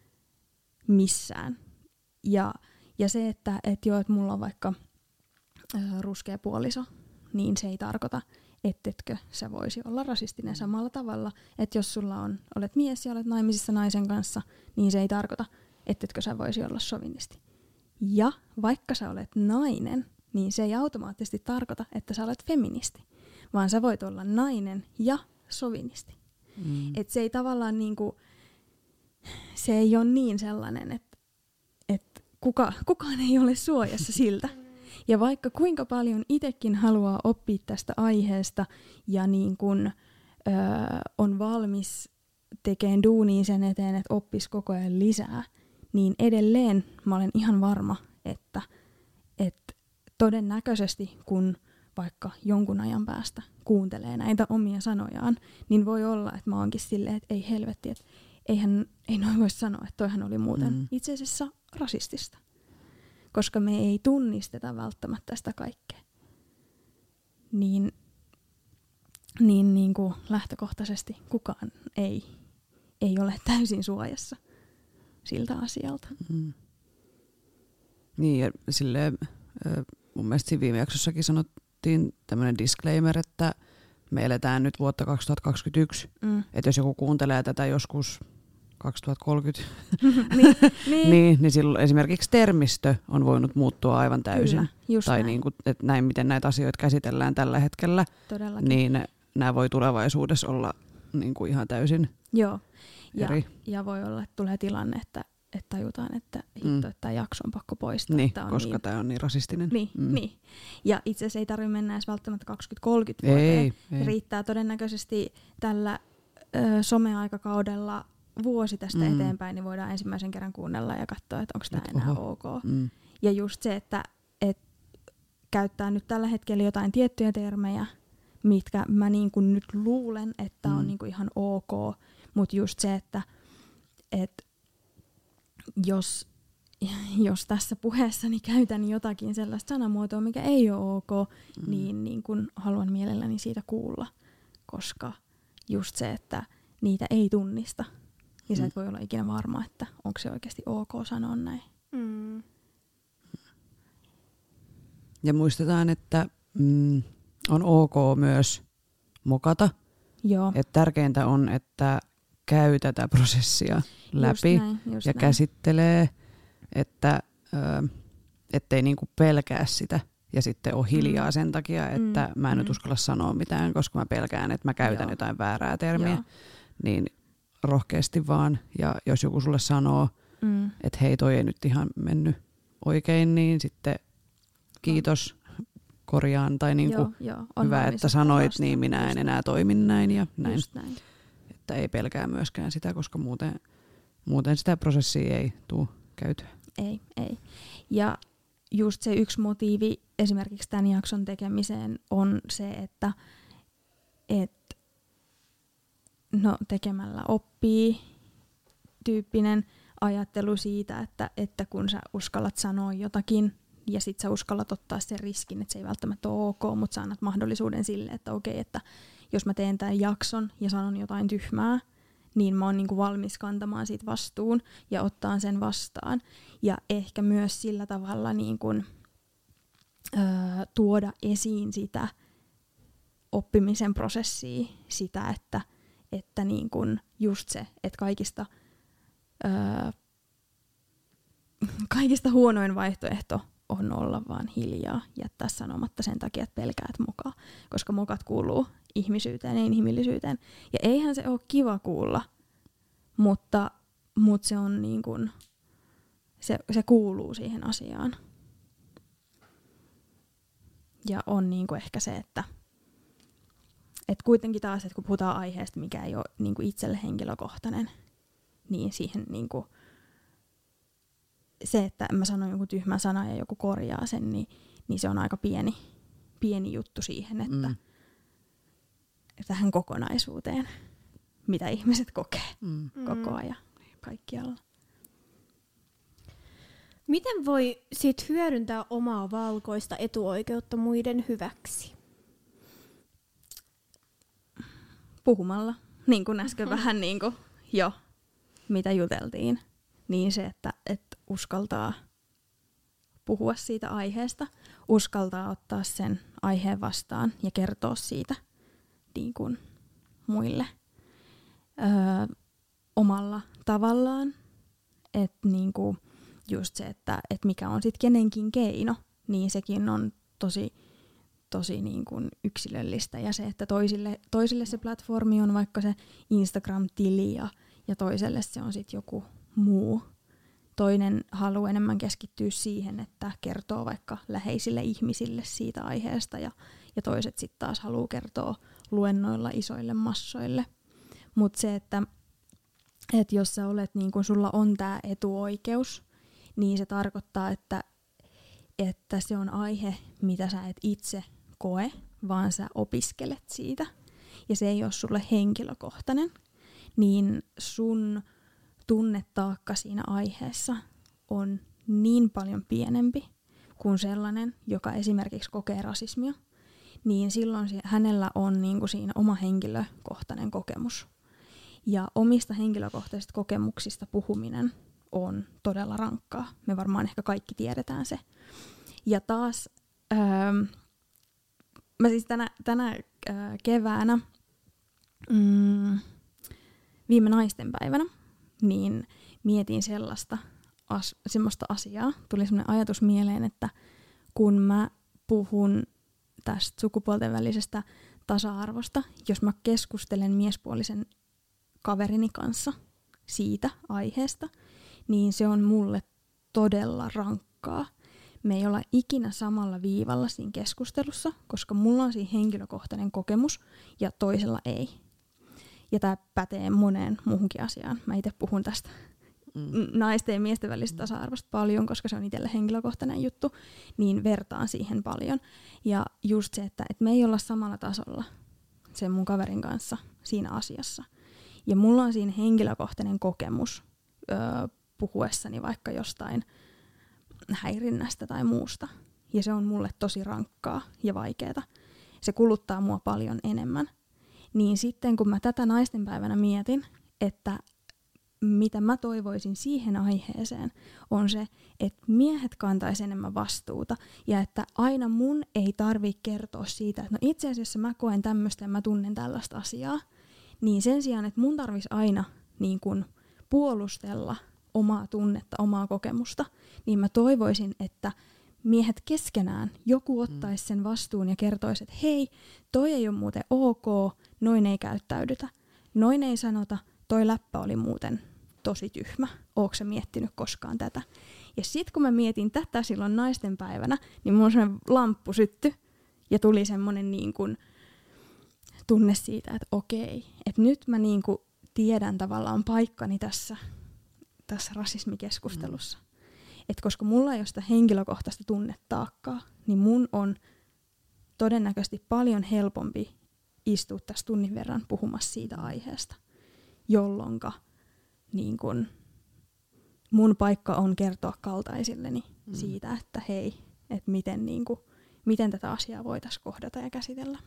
S4: missään. Ja, ja se, että et joo, että mulla on vaikka ö, ruskea puoliso, niin se ei tarkoita, ettetkö sä voisi olla rasistinen samalla tavalla. Että jos sulla on, olet mies ja olet naimisissa naisen kanssa, niin se ei tarkoita, ettetkö sä voisi olla sovinisti. Ja vaikka sä olet nainen, niin se ei automaattisesti tarkoita, että sä olet feministi, vaan sä voit olla nainen ja sovinisti. Mm. Et se ei tavallaan niinku, se ei ole niin sellainen, että et kuka, kukaan ei ole suojassa siltä. Ja vaikka kuinka paljon itsekin haluaa oppia tästä aiheesta ja niin kun, ö, on valmis tekemään duunia sen eteen, että oppisi koko ajan lisää, niin edelleen mä olen ihan varma, että, että todennäköisesti kun vaikka jonkun ajan päästä kuuntelee näitä omia sanojaan, niin voi olla, että mä oonkin silleen, että ei helvetti, että eihän, ei noin voi sanoa, että toihan oli muuten mm. itse asiassa rasistista. Koska me ei tunnisteta välttämättä sitä kaikkea. Niin, niin, niin kuin lähtökohtaisesti kukaan ei, ei ole täysin suojassa siltä asialta.
S2: Mm. Niin, ja silleen, mun mielestä siinä viime jaksossakin sanottiin tämmöinen disclaimer, että me eletään nyt vuotta kaksituhattakaksikymmentäyksi. Mm. Että jos joku kuuntelee tätä joskus kaksituhattakolmekymmentä, niin, niin. niin, niin silloin esimerkiksi termistö on voinut muuttua aivan täysin. Kyllä, tai näin. Niin kuin, että näin, miten näitä asioita käsitellään tällä hetkellä, todellakin. Niin nämä voi tulevaisuudessa olla niin kuin ihan täysin
S4: Joo. Ja,
S2: eri.
S4: Ja voi olla, että tulee tilanne, että, että tajutaan, että hitto, mm. että tämä jakso on pakko poistaa.
S2: Niin,
S4: on
S2: koska
S4: niin,
S2: tämä on niin rasistinen.
S4: Niin,
S2: mm.
S4: niin. Ja itse asiassa ei tarvitse mennä edes välttämättä kaksikymmentä kolmekymmentä vuoteen.
S2: Ei, ei.
S4: Riittää todennäköisesti tällä ö, someaikakaudella vuosi tästä mm. eteenpäin, niin voidaan ensimmäisen kerran kuunnella ja katsoa, että onko tämä enää oho. ok. Mm. Ja just se, että et käyttää nyt tällä hetkellä jotain tiettyjä termejä, mitkä mä niin kuin nyt luulen, että mm. on niin kuin ihan ok, mutta just se, että et jos, jos tässä puheessani käytän jotakin sellaista sanamuotoa, mikä ei ole ok, mm. niin, niin kun haluan mielelläni siitä kuulla, koska just se, että niitä ei tunnista. Ja mm. sä et voi olla ikinä varma, että onko se oikeasti ok sanoa näin. Mm.
S2: Ja muistetaan, että mm, on ok myös mokata.
S4: Joo.
S2: Et tärkeintä on, että käy tätä prosessia läpi
S4: just näin, just
S2: ja
S4: näin.
S2: käsittelee, että ö, ettei niinku pelkää sitä ja sitten ole hiljaa mm. sen takia, että mm. mä en mm. nyt uskalla sanoa mitään, koska mä pelkään, että mä käytän Joo. jotain väärää termiä. Joo. Niin rohkeasti vaan. Ja jos joku sulle sanoo, mm. että hei, toi ei nyt ihan mennyt oikein, niin sitten kiitos, korjaan. Tai niinku
S4: joo, joo,
S2: hyvä, että sanoit,
S4: vasta.
S2: niin minä en
S4: Just
S2: enää toimi näin. Ja näin.
S4: näin.
S2: Että ei pelkää myöskään sitä, koska muuten, muuten sitä prosessia ei tule käytyä.
S4: Ei, ei. Ja just se yksi motiivi esimerkiksi tämän jakson tekemiseen on se, että et, no, tekemällä oppii tyyppinen ajattelu siitä, että, että kun sä uskallat sanoa jotakin ja sit sä uskallat ottaa sen riskin, että se ei välttämättä ole ok, mutta sä annat mahdollisuuden sille, että okei, että jos mä teen tämän jakson ja sanon jotain tyhmää, niin mä oon niinku valmis kantamaan siitä vastuun ja ottaa sen vastaan. Ja ehkä myös sillä tavalla niinku, öö, tuoda esiin sitä oppimisen prosessia, sitä, että, että niin kun just se, että kaikista, öö, kaikista huonoin vaihtoehto on olla vaan hiljaa, jättää sanomatta sen takia, että pelkäät mokaa, koska mokat kuuluu ihmisyyteen ja inhimillisyyteen. Ja eihän se ole kiva kuulla, mutta, mutta se, on niin kun, se, se kuuluu siihen asiaan. Ja on niin kuin ehkä se, että et kuitenkin taas, että kun puhutaan aiheesta, mikä ei ole niin kuin itselle henkilökohtainen, niin siihen niin kuin se, että mä sanon joku tyhmä sana ja joku korjaa sen, niin, niin se on aika pieni, pieni juttu siihen, että mm. tähän kokonaisuuteen, mitä ihmiset kokee mm. koko ajan kaikkialla.
S3: Miten voi sit hyödyntää omaa valkoista etuoikeutta muiden hyväksi?
S4: Puhumalla, niin kuin äsken vähän niin kuin jo, mitä juteltiin. Niin se, että, että uskaltaa puhua siitä aiheesta, uskaltaa ottaa sen aiheen vastaan ja kertoa siitä niin kuin muille öö, omalla tavallaan. Että niin kuin just se, että, että mikä on sitten kenenkin keino, niin sekin on tosi, tosi niin kuin yksilöllistä. Ja se, että toisille, toisille se platformi on vaikka se Instagram-tili ja, ja toiselle se on sitten joku muu. Toinen haluaa enemmän keskittyä siihen, että kertoo vaikka läheisille ihmisille siitä aiheesta ja, ja toiset sitten taas haluaa kertoa luennoilla isoille massoille. Mutta se, että, että jos sä olet niin kun sulla on tämä etuoikeus, niin se tarkoittaa, että, että se on aihe, mitä sä et itse koe, vaan sä opiskelet siitä. Ja se ei ole sulle henkilökohtainen, niin sun tunnetaakka siinä aiheessa on niin paljon pienempi kuin sellainen, joka esimerkiksi kokee rasismia, niin silloin hänellä on niinku siinä oma henkilökohtainen kokemus. Ja omista henkilökohtaisista kokemuksista puhuminen on todella rankkaa. Me varmaan ehkä kaikki tiedetään se. Ja taas öö, mä siis tänä, tänä öö, keväänä mm, viime naistenpäivänä niin mietin sellaista as, semmoista asiaa. Tuli semmoinen ajatus mieleen, että kun mä puhun tästä sukupuolten välisestä tasa-arvosta, jos mä keskustelen miespuolisen kaverini kanssa siitä aiheesta, niin se on mulle todella rankkaa. Me ei olla ikinä samalla viivalla siinä keskustelussa, koska mulla on siinä henkilökohtainen kokemus ja toisella ei. Ja tämä pätee moneen muuhunkin asiaan. Mä itse puhun tästä mm. naisten ja miesten välisestä tasa-arvosta paljon, koska se on itselle henkilökohtainen juttu, niin vertaan siihen paljon. Ja just se, että, että me ei olla samalla tasolla sen mun kaverin kanssa siinä asiassa. Ja mulla on siinä henkilökohtainen kokemus öö, puhuessani vaikka jostain häirinnästä tai muusta. Ja se on mulle tosi rankkaa ja vaikeaa. Se kuluttaa mua paljon enemmän. Niin sitten kun mä tätä naistenpäivänä mietin, että mitä mä toivoisin siihen aiheeseen, on se, että miehet kantaisi enemmän vastuuta ja että aina mun ei tarvitse kertoa siitä, että no itse asiassa mä koen tämmöistä ja mä tunnen tällaista asiaa, niin sen sijaan, että mun tarvitsisi aina niin kun puolustella omaa tunnetta, omaa kokemusta, niin mä toivoisin, että miehet keskenään joku ottaisi sen vastuun ja kertoisi, että hei, toi ei ole muuten ok, noin ei käyttäydytä, noin ei sanota, toi läppä oli muuten tosi tyhmä, ootko sä miettinyt koskaan tätä? Ja sit kun mä mietin tätä silloin naistenpäivänä, niin mulla semmoinen lamppu syttyi ja tuli semmoinen niin kuin tunne siitä, että okei, että nyt mä niin kuin tiedän tavallaan paikkani tässä, tässä rasismikeskustelussa. Mm. Et koska mulla ei ole sitä henkilökohtaista tunnetaakkaa, niin mun on todennäköisesti paljon helpompi istua tässä tunnin verran puhumassa siitä aiheesta, jolloinka niin kun mun paikka on kertoa kaltaisilleni mm. siitä, että hei, että miten, niin kun, miten tätä asiaa voitaisiin kohdata ja käsitellä.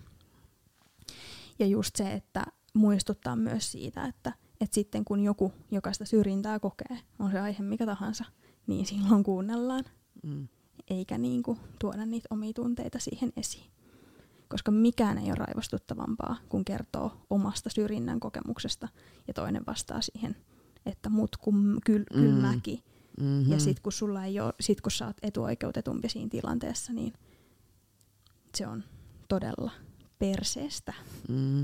S4: Ja just se, että muistuttaa myös siitä, että, että sitten kun joku, joka sitä syrjintää kokee, on se aihe mikä tahansa, niin silloin kuunnellaan, mm. eikä niin kuin tuoda niitä omia tunteita siihen esiin. koska mikään ei ole raivostuttavampaa, kun kertoo omasta syrjinnän kokemuksesta ja toinen vastaa siihen, että mut kun kyl, kylmäki. Mm-hmm. Ja sit kun, sulla ei ole, sit kun sä oot etuoikeutetumpi siinä tilanteessa, niin se on todella perseestä.
S2: Mm.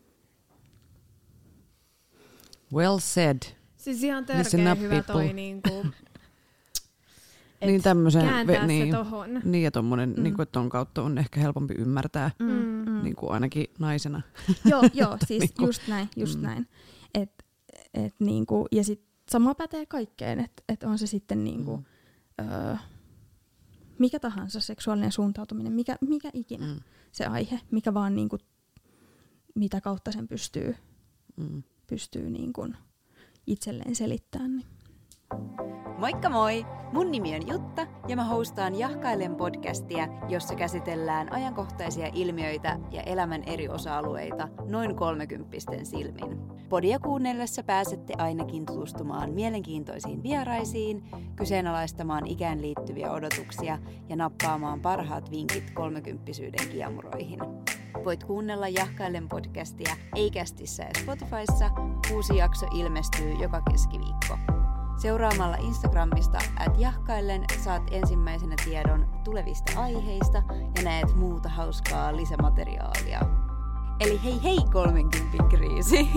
S2: Well said.
S3: Siis ihan törkeä hyvä toi niinku,
S2: niin tämmöisen
S3: kääntää
S2: ve, niin,
S3: se tohon.
S2: Niin ja tommonen,
S4: Mm.
S2: niinku, että ton kautta on ehkä helpompi ymmärtää,
S4: Mm, mm.
S2: niinku ainakin naisena.
S4: Joo, joo, siis
S2: niinku.
S4: just näin, just
S2: Mm.
S4: näin. Et, et niinku, ja sit sama pätee kaikkeen, että et on se sitten niinku,
S2: Mm.
S4: öö, mikä tahansa seksuaalinen suuntautuminen, mikä, mikä ikinä
S2: Mm.
S4: se aihe, mikä vaan niinku, mitä kautta sen pystyy,
S2: Mm.
S4: pystyy niinku itselleen selittämään. Niin.
S1: Moikka moi! Mun nimi on Jutta ja mä hostaan Jahkailen podcastia, jossa käsitellään ajankohtaisia ilmiöitä ja elämän eri osa-alueita noin kolmekymppisten silmin. Podia kuunnellessa pääsette ainakin tutustumaan mielenkiintoisiin vieraisiin, kyseenalaistamaan ikään liittyviä odotuksia ja nappaamaan parhaat vinkit kolmekymppisyyden kiemuroihin. Voit kuunnella Jahkailen podcastia Acastissa ja Spotifyssa. Uusi jakso ilmestyy joka keskiviikko. Seuraamalla Instagramista at jahkaillen saat ensimmäisenä tiedon tulevista aiheista ja näet muuta hauskaa lisämateriaalia. Eli hei hei kolmenkympin kriisi!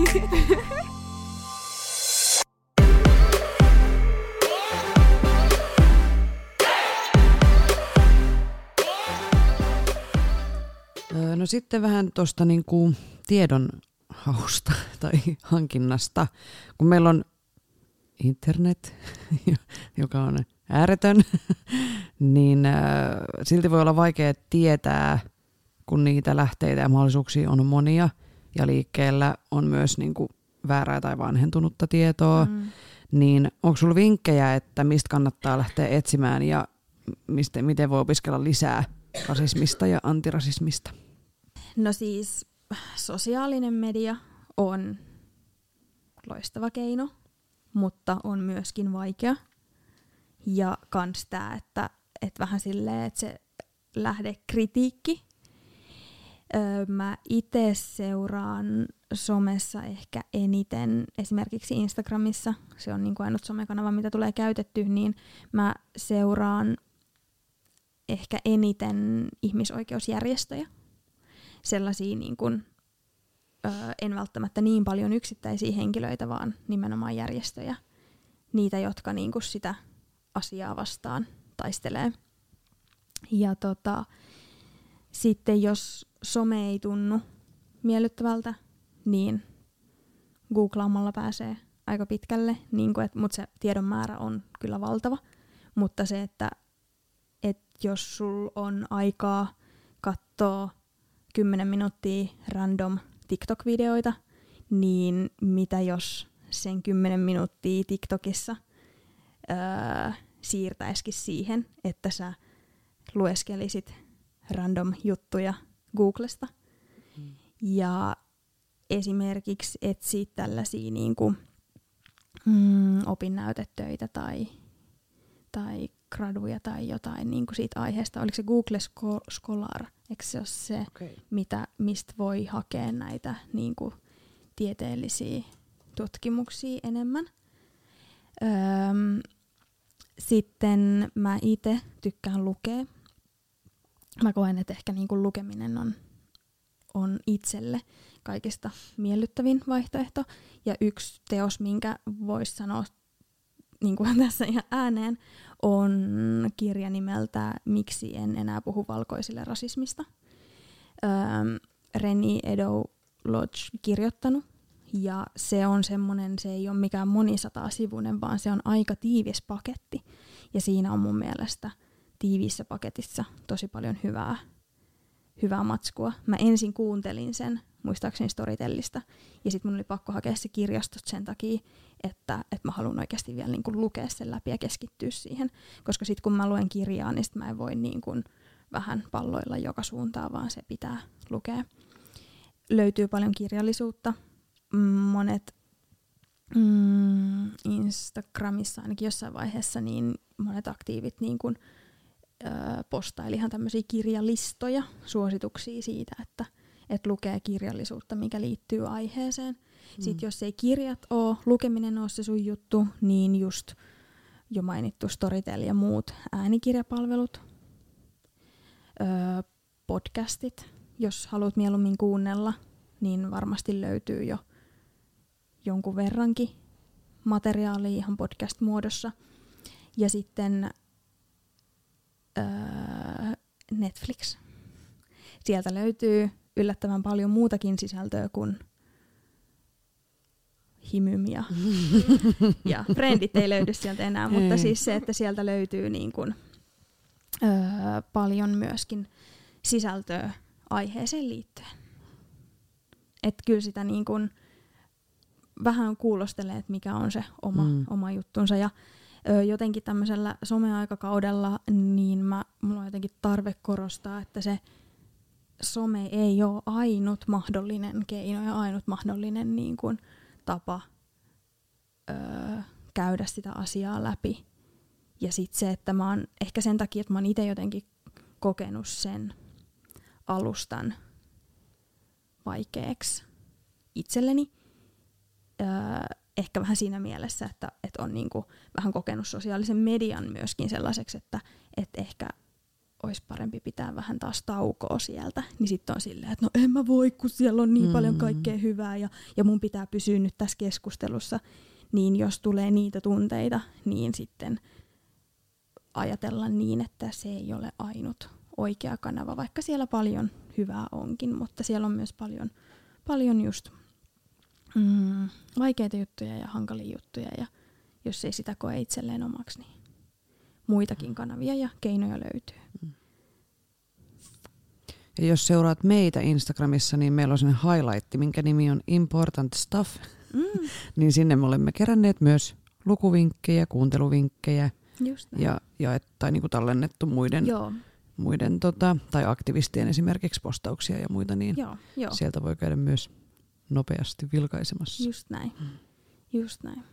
S2: No sitten vähän tuosta niinku tiedon hausta tai hankinnasta, kun meillä on internet, joka on ääretön, niin äh, silti voi olla vaikea tietää, kun niitä lähteitä ja mahdollisuuksia on monia ja liikkeellä on myös niinku väärää tai vanhentunutta tietoa, mm. niin onko sulla vinkkejä, että mistä kannattaa lähteä etsimään ja mistä, miten voi opiskella lisää rasismista ja antirasismista?
S4: No siis sosiaalinen media on loistava keino, mutta on myöskin vaikea. Ja kans tää, että, että vähän silleen, että se lähdekritiikki. Öö, mä itse seuraan somessa ehkä eniten, esimerkiksi Instagramissa, se on niin kuin ainut somekanava, mitä tulee käytetty, niin mä seuraan ehkä eniten ihmisoikeusjärjestöjä. Sellaisia niin kuin, öö, en välttämättä niin paljon yksittäisiä henkilöitä, vaan nimenomaan järjestöjä. Niitä, jotka niin kuin sitä asiaa vastaan taistelee. Ja tota, sitten jos some ei tunnu miellyttävältä, niin googlaamalla pääsee aika pitkälle, niin kuin, et, mutta se tiedon määrä on kyllä valtava. Mutta se, että et jos sul on aikaa katsoa kymmenen minuuttia random TikTok-videoita, niin mitä jos sen kymmenen minuuttia TikTokissa öö, siirtäisikin siihen, että sä lueskelisit random juttuja Googlesta. Mm. Ja esimerkiksi etsiä tällaisia niin kuin, mm, opinnäytetöitä tai, tai graduja tai jotain niin kuin siitä aiheesta. Oliko se Google Scholar? Eikö se ole se, okay. mitä, mistä voi hakea näitä niin kuin, tieteellisiä tutkimuksia enemmän? Öm, sitten mä itse tykkään lukea. Mä koen, että ehkä niin kuin lukeminen on, on itselle kaikista miellyttävin vaihtoehto. Ja yksi teos, minkä voisi sanoa niin kuin tässä ihan ääneen, on kirja nimeltä Miksi en enää puhu valkoisille rasismista. Öm, Reni Eddo-Lodge kirjoittanut. Ja se on semmoinen, se ei ole mikään monisatasivuinen, vaan se on aika tiivis paketti. Ja siinä on mun mielestä tiiviissä paketissa tosi paljon hyvää, hyvää matskua. Mä ensin kuuntelin sen, muistaakseni Storytellista, ja sitten mun oli pakko hakea se kirjastot sen takia, että, että mä haluan oikeasti vielä niin kuin lukea sen läpi ja keskittyä siihen. Koska sitten kun mä luen kirjaa, niin sit mä en voi niin kuin vähän palloilla joka suuntaan, vaan se pitää lukea. Löytyy paljon kirjallisuutta. Monet mm, Instagramissa ainakin jossain vaiheessa niin monet aktiivit niin kuin postaili ihan tämmöisiä kirjalistoja, suosituksia siitä, että et lukee kirjallisuutta, mikä liittyy aiheeseen. Mm. Sitten jos ei kirjat ole, lukeminen ole se sun juttu, niin just jo mainittu Storytel ja muut äänikirjapalvelut, öö, podcastit, jos haluat mieluummin kuunnella, niin varmasti löytyy jo jonkun verrankin materiaalia ihan podcast-muodossa. Ja sitten öö, Netflix. Sieltä löytyy yllättävän paljon muutakin sisältöä kuin Himym ja, ja Friendit ei löydy sieltä enää, mutta siis se, että sieltä löytyy niin kuin, öö, paljon myöskin sisältöä aiheeseen liittyen. Että kyllä sitä niin kuin vähän kuulostelee, että mikä on se oma, mm. oma juttunsa. Ja ö, jotenkin tämmöisellä someaikakaudella, niin mä, mulla on jotenkin tarve korostaa, että se some ei ole ainut mahdollinen keino ja ainut mahdollinen niin kuin, tapa ö, käydä sitä asiaa läpi. Ja sitten se, että mä oon, ehkä sen takia, että mä oon itse jotenkin kokenut sen alustan vaikeaksi itselleni. Öö, ehkä vähän siinä mielessä, että, että on niinku vähän kokenut sosiaalisen median myöskin sellaiseksi, että, että ehkä olisi parempi pitää vähän taas taukoa sieltä. Niin sitten on silleen, että no en mä voi, kun siellä on niin mm. paljon kaikkea hyvää ja, ja mun pitää pysyä nyt tässä keskustelussa. Niin jos tulee niitä tunteita, niin sitten ajatella niin, että se ei ole ainut oikea kanava, vaikka siellä paljon hyvää onkin, mutta siellä on myös paljon, paljon just mm, vaikeita juttuja ja hankalia juttuja, ja jos ei sitä koe itselleen omaksi, niin muitakin kanavia ja keinoja löytyy.
S2: Ja jos seuraat meitä Instagramissa, niin meillä on sellainen highlight, minkä nimi on Important Stuff, mm. niin sinne me olemme keränneet myös lukuvinkkejä, kuunteluvinkkejä ja, ja et, tai niinku tallennettu muiden Joo. muiden tota, tai aktivistien esimerkiksi postauksia ja muita, niin joo, jo. Sieltä voi käydä myös nopeasti vilkaisemassa.
S4: Just näin. Mm. Just näin.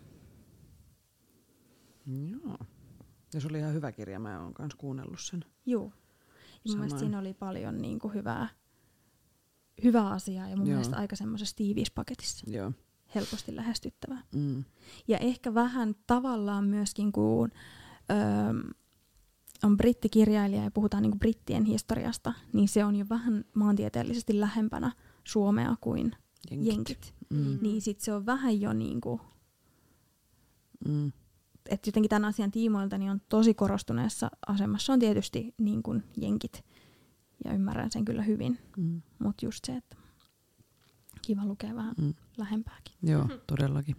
S2: Joo. Ja se oli ihan hyvä kirja, mä oon kanssa kuunnellut sen.
S4: Joo. Mun mielestä siinä oli paljon niin kuin hyvää, hyvää asiaa ja mun joo. mielestä aika semmoisessa tiiviissä paketissa.
S2: Joo.
S4: Helposti lähestyttävää.
S2: Mm.
S4: Ja ehkä vähän tavallaan myöskin, kun öö, on brittikirjailija ja puhutaan niinku brittien historiasta, niin se on jo vähän maantieteellisesti lähempänä Suomea kuin jenkit. jenkit. Mm. Niin sit se on vähän jo niinku, mm. että jotenkin tämän asian tiimoilta niin on tosi korostuneessa asemassa on tietysti niin kuin jenkit. Ja ymmärrän sen kyllä hyvin. Mm. Mutta just se, että kiva lukea vähän mm. lähempääkin.
S2: Joo, todellakin.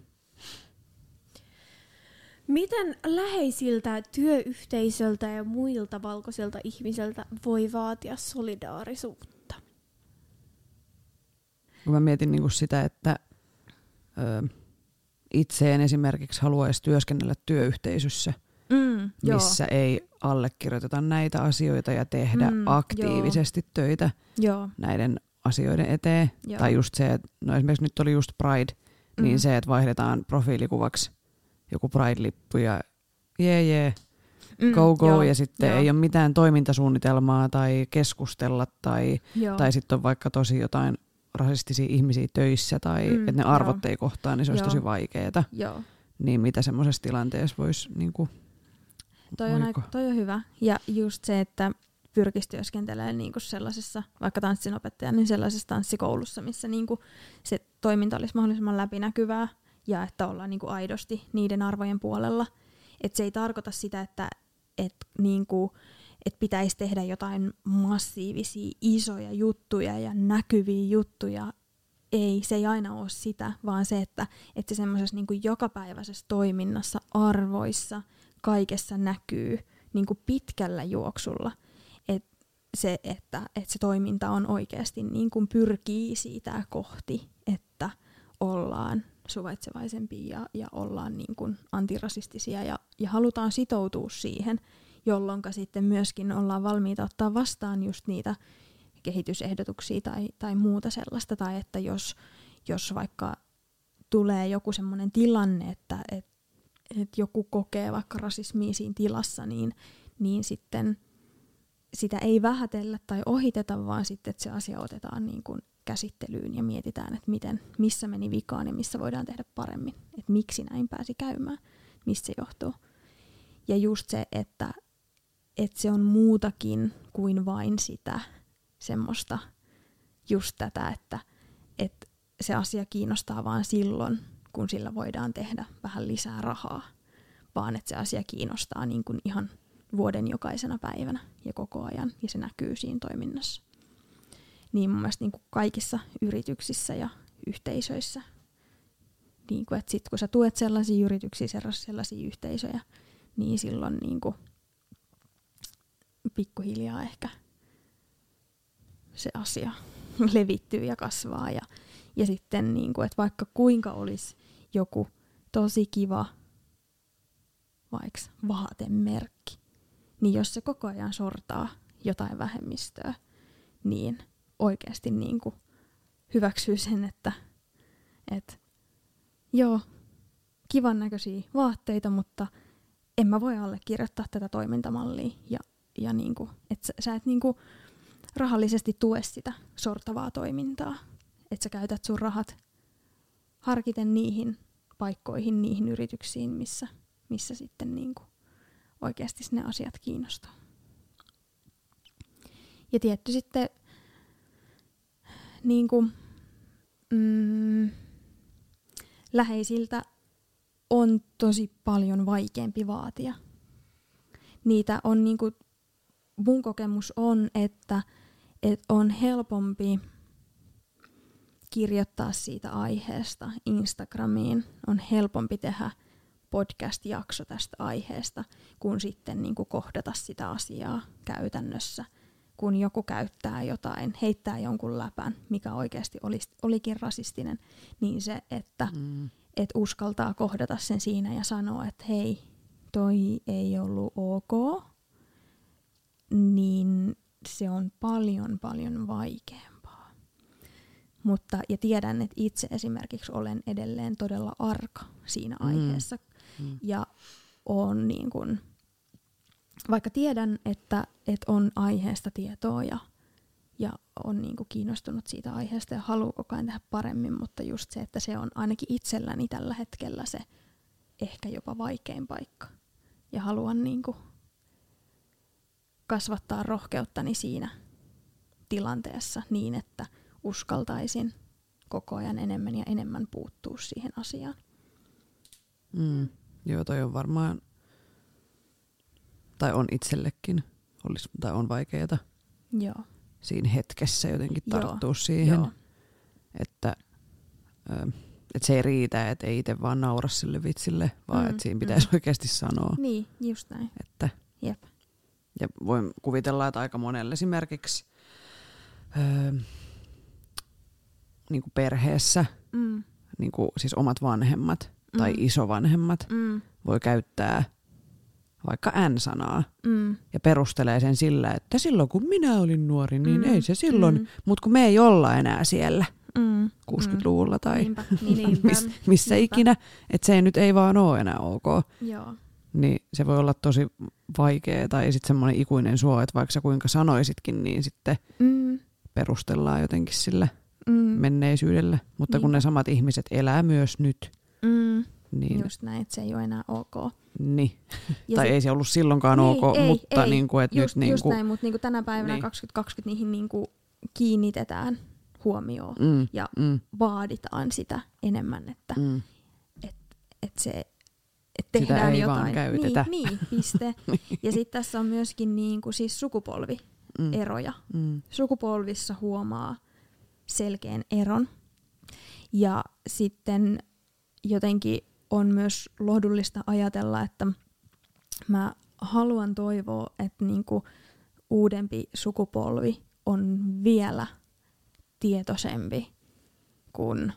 S3: Miten läheisiltä työyhteisöltä ja muilta valkoisilta ihmisiltä voi vaatia solidaarisuutta?
S2: Kun mä mietin niinku sitä, että ö, itse en esimerkiksi haluaisi työskennellä työyhteisössä, mm, missä joo. ei allekirjoiteta näitä asioita ja tehdä mm, aktiivisesti joo. töitä joo. näiden asioiden eteen. Joo. Tai just se, että no esimerkiksi nyt oli just Pride, mm. niin se, että vaihdetaan profiilikuvaksi joku Pride-lippu ja jee jee, mm, go go, joo, ja sitten joo. ei ole mitään toimintasuunnitelmaa tai keskustella, tai, tai sitten on vaikka tosi jotain rasistisia ihmisiä töissä, tai mm, että ne arvot joo. ei kohtaa, niin se olisi joo. tosi vaikeeta. Joo. Niin mitä semmoisessa tilanteessa voisi niinku,
S4: toi on, aika, toi on hyvä. Ja just se, että pyrkisi työskentelemään niinku sellaisessa, vaikka tanssinopettaja, niin sellaisessa tanssikoulussa, missä niinku se toiminta olisi mahdollisimman läpinäkyvää, ja että ollaan niinku aidosti niiden arvojen puolella. Et se ei tarkoita sitä, että et niinku, et pitäisi tehdä jotain massiivisia, isoja juttuja ja näkyviä juttuja. Ei, se ei aina ole sitä, vaan se, että, että se semmoisessa niinku jokapäiväisessä toiminnassa, arvoissa, kaikessa näkyy niinku pitkällä juoksulla. Et se, että, että se toiminta on oikeasti niinku pyrkii siitä kohti, että ollaan suvaitsevaisempia ja, ja ollaan niin kuin antirasistisia ja, ja halutaan sitoutua siihen, jolloin sitten myöskin ollaan valmiita ottaa vastaan just niitä kehitysehdotuksia tai, tai muuta sellaista. Tai että jos, jos vaikka tulee joku semmoinen tilanne, että et, et joku kokee vaikka rasismia siinä tilassa, niin, niin sitten sitä ei vähätellä tai ohiteta, vaan sitten, että se asia otetaan niin kuin käsittelyyn ja mietitään, että miten, missä meni vikaan ja missä voidaan tehdä paremmin. Että miksi näin pääsi käymään, mistä se johtuu. Ja just se, että, että se on muutakin kuin vain sitä semmoista, just tätä, että, että se asia kiinnostaa vaan silloin, kun sillä voidaan tehdä vähän lisää rahaa, vaan että se asia kiinnostaa niin kuin ihan vuoden jokaisena päivänä ja koko ajan, ja se näkyy siinä toiminnassa. Niin mun mielestä niin kuin kaikissa yrityksissä ja yhteisöissä, niin kuin, että sit kun sä tuet sellaisia yrityksiä, sellaisia yhteisöjä, niin silloin niin kuin pikkuhiljaa ehkä se asia levittyy ja kasvaa. Ja, ja sitten, niin kuin, että vaikka kuinka olisi joku tosi kiva vaikka vaatemerkki, niin jos se koko ajan sortaa jotain vähemmistöä, niin oikeasti niin kuin hyväksyy sen, että, että joo, kivan näköisiä vaatteita, mutta en mä voi allekirjoittaa tätä toimintamallia. Ja, ja niin kuin, että sä, sä et niin kuin rahallisesti tue sitä sortavaa toimintaa. Että sä käytät sun rahat harkiten niihin paikkoihin, niihin yrityksiin, missä, missä sitten niin kuin oikeasti ne asiat kiinnostaa. Ja tietty sitten niin kuin, mm, läheisiltä on tosi paljon vaikeampi vaatia. Niitä on niin kuin, mun kokemus on, että, että on helpompi kirjoittaa siitä aiheesta Instagramiin, on helpompi tehdä podcast-jakso tästä aiheesta, kun sitten niin kuin kohdata sitä asiaa käytännössä. Kun joku käyttää jotain, heittää jonkun läpän, mikä oikeasti olisi, olikin rasistinen, niin se, että mm. et uskaltaa kohdata sen siinä ja sanoa, että hei, toi ei ollut ok, niin se on paljon, paljon vaikeampaa. Mutta, ja tiedän, että itse esimerkiksi olen edelleen todella arka siinä mm. aiheessa. Mm. Ja on niin kuin, vaikka tiedän, että, että on aiheesta tietoa ja, ja on niin kuin kiinnostunut siitä aiheesta ja haluaa koko ajan tehdä paremmin, mutta just se, että se on ainakin itselläni tällä hetkellä se ehkä jopa vaikein paikka. Ja haluan niin kuin kasvattaa rohkeuttani siinä tilanteessa niin, että uskaltaisin koko ajan enemmän ja enemmän puuttua siihen asiaan.
S2: Mm. Joo, toi on varmaan, tai on itsellekin, olisi, tai on vaikeeta
S4: Joo.
S2: siinä hetkessä jotenkin tarttua Joo. siihen, Joo. että ö, et se ei riitä, että ei itse vaan naura sille vitsille, vaan mm, että siinä pitäisi mm. oikeasti sanoa.
S4: Niin, just näin.
S2: Että,
S4: Jep.
S2: Ja voin kuvitella, että aika monelle esimerkiksi öö, niin kuin perheessä, mm. niin kuin siis omat vanhemmat mm. tai isovanhemmat mm. voi käyttää vaikka N-sanaa mm. ja perustelee sen sillä, että silloin kun minä olin nuori, niin mm. ei se silloin, mm. mutta kun me ei olla enää siellä mm. kuusikymmentäluvulla tai
S4: niinpä, niinpä,
S2: miss, missä niinpä. ikinä, että se nyt ei vaan ole enää ok.
S4: Joo.
S2: Niin se voi olla tosi vaikea tai sitten semmoinen ikuinen suo, että vaikka sä kuinka sanoisitkin, niin sitten mm. perustellaan jotenkin sillä mm. menneisyydellä. Mutta niinpä. Kun ne samat ihmiset elää myös nyt.
S4: Mm.
S2: Niin.
S4: Just näin, että se ei ole enää ok.
S2: Niin. Tai sit, ei se ollut silloinkaan
S4: niin,
S2: ok,
S4: ei,
S2: mutta
S4: ei.
S2: niin kuin, että
S4: just,
S2: nyt niin
S4: just
S2: kuin,
S4: näin, mutta niin kuin tänä päivänä niin. kaksituhattakaksikymmentä niihin niin kuin kiinnitetään huomioon mm. ja mm. vaaditaan sitä enemmän, että mm. et, et se et tehdään
S2: sitä ei
S4: jotain.
S2: Vaan käytetä.
S4: Niin, niin piste. Ja sitten tässä on myöskin niin kuin siis sukupolvieroja. Mm. Mm. Sukupolvissa huomaa selkeän eron. Ja sitten jotenkin on myös lohdullista ajatella, että mä haluan toivoa, että niinku uudempi sukupolvi on vielä tietoisempi, kun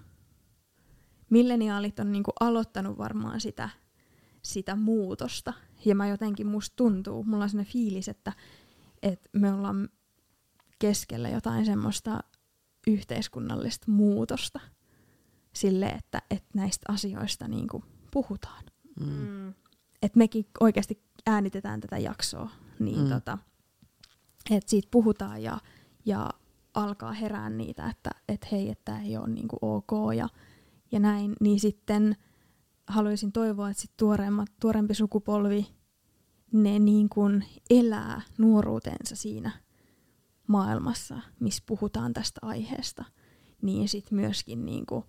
S4: milleniaalit on niinku aloittanut varmaan sitä, sitä muutosta. Ja mä jotenkin, musta tuntuu, mulla on sellainen fiilis, että, että me ollaan keskellä jotain semmoista yhteiskunnallista muutosta. Sille, että, että näistä asioista niin kuin puhutaan. Mm. Että mekin oikeasti äänitetään tätä jaksoa. Niin, mm. tota, että siitä puhutaan ja, ja alkaa herää niitä, että et hei, että tämä ei ole niinku ok ja, ja näin, niin sitten haluaisin toivoa, että sit tuoreemmat, tuorempi sukupolvi, ne niin kuin elää nuoruutensa siinä maailmassa, missä puhutaan tästä aiheesta, niin sitten myöskin niin kuin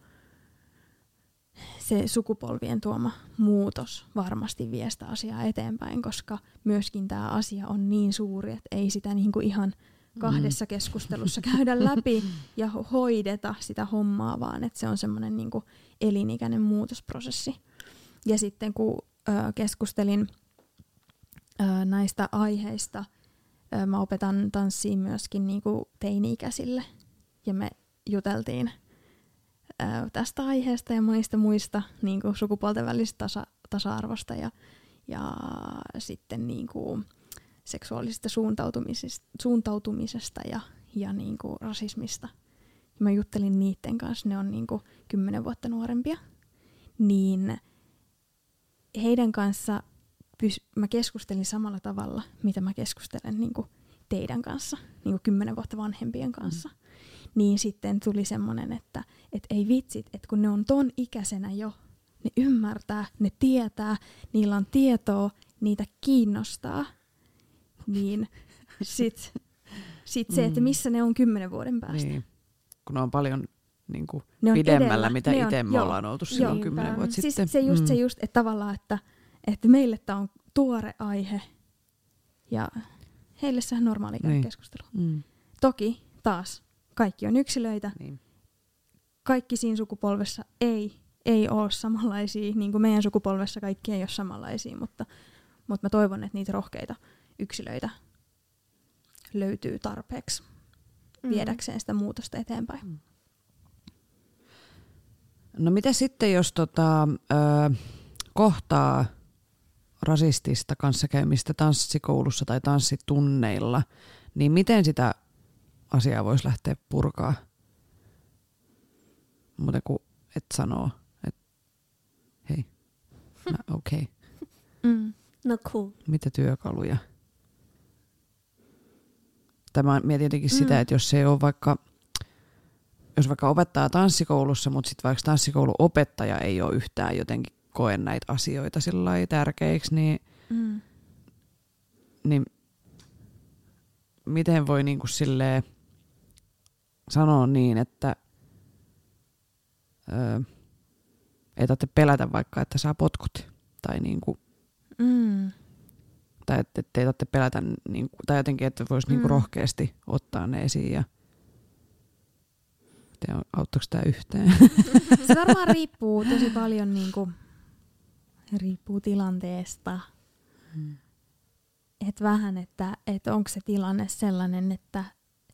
S4: se sukupolvien tuoma muutos varmasti vie sitä asiaa eteenpäin, koska myöskin tämä asia on niin suuri, että ei sitä niin kuin ihan kahdessa keskustelussa käydä läpi ja hoideta sitä hommaa, vaan että se on semmoinen niin kuin elinikäinen muutosprosessi. Ja sitten kun ö, keskustelin ö, näistä aiheista, ö, mä opetan tanssiin myöskin niin kuin teini-ikäisille ja me juteltiin ö, tästä aiheesta ja monista muista niin kuin sukupuolten välisestä tasa- tasa-arvosta ja, ja sitten niin kuin seksuaalisesta suuntautumisesta, suuntautumisesta ja, ja niin kuin rasismista. Ja mä juttelin niiden kanssa, ne on niin kuin kymmenen vuotta nuorempia, niin heidän kanssa pys- mä keskustelin samalla tavalla, mitä mä keskustelen niin kuin teidän kanssa, niin kuin kymmenen vuotta vanhempien kanssa. Mm. Niin sitten tuli semmoinen, että et ei vitsit, että kun ne on ton ikäisenä jo, ne ymmärtää, ne tietää, niillä on tietoa, niitä kiinnostaa, niin sit, sit se, että missä ne on kymmenen vuoden päästä.
S2: Niin. Kun ne on paljon niin kuin
S4: ne on
S2: pidemmällä,
S4: edellä.
S2: mitä
S4: ne
S2: itse
S4: on,
S2: me
S4: joo,
S2: ollaan oltu silloin
S4: joo,
S2: kymmenen vuotta
S4: siis
S2: sitten.
S4: Se just,
S2: mm.
S4: se just, että tavallaan, että, että meille tämä on tuore aihe ja heille se on normaali
S2: niin.
S4: keskustelu.
S2: Mm.
S4: Toki taas kaikki on yksilöitä.
S2: Niin.
S4: Kaikki siinä sukupolvessa ei, ei ole samanlaisia, niin kuin meidän sukupolvessa kaikki ei ole samanlaisia, mutta, mutta mä toivon, että niitä rohkeita yksilöitä löytyy tarpeeksi mm. viedäkseen sitä muutosta eteenpäin.
S2: Mm. No mitä sitten, jos tota, ö, kohtaa rasistista kanssakäymistä tanssikoulussa tai tanssitunneilla, niin miten sitä asiaa voisi lähteä purkaa? Muuten kuin et sanoo, että hei, okei. Okay.
S5: Mm. No cool.
S2: Mitä työkaluja? Tämä mietin jotenkin
S4: Mm.
S2: sitä, että jos se ei ole vaikka, jos vaikka opettaa tanssikoulussa, mutta sitten vaikka tanssikouluopettaja ei ole yhtään jotenkin koe näitä asioita sillä lailla tärkeiksi, niin,
S4: Mm.
S2: niin miten voi niinku silleen sanoa niin, että öö, ei tarvitse pelätä vaikka, että saa potkut. Tai, niinku,
S4: Mm.
S2: tai että et ei tarvitse pelätä, niinku, tai jotenkin, että voisi niinku
S4: Mm.
S2: rohkeasti ottaa ne esiin. Ja auttaako tämä yhtään?
S4: Se varmaan riippuu tosi paljon, niinku, riippuu tilanteesta.
S2: Hmm.
S4: Et vähän, että et onko se tilanne sellainen, että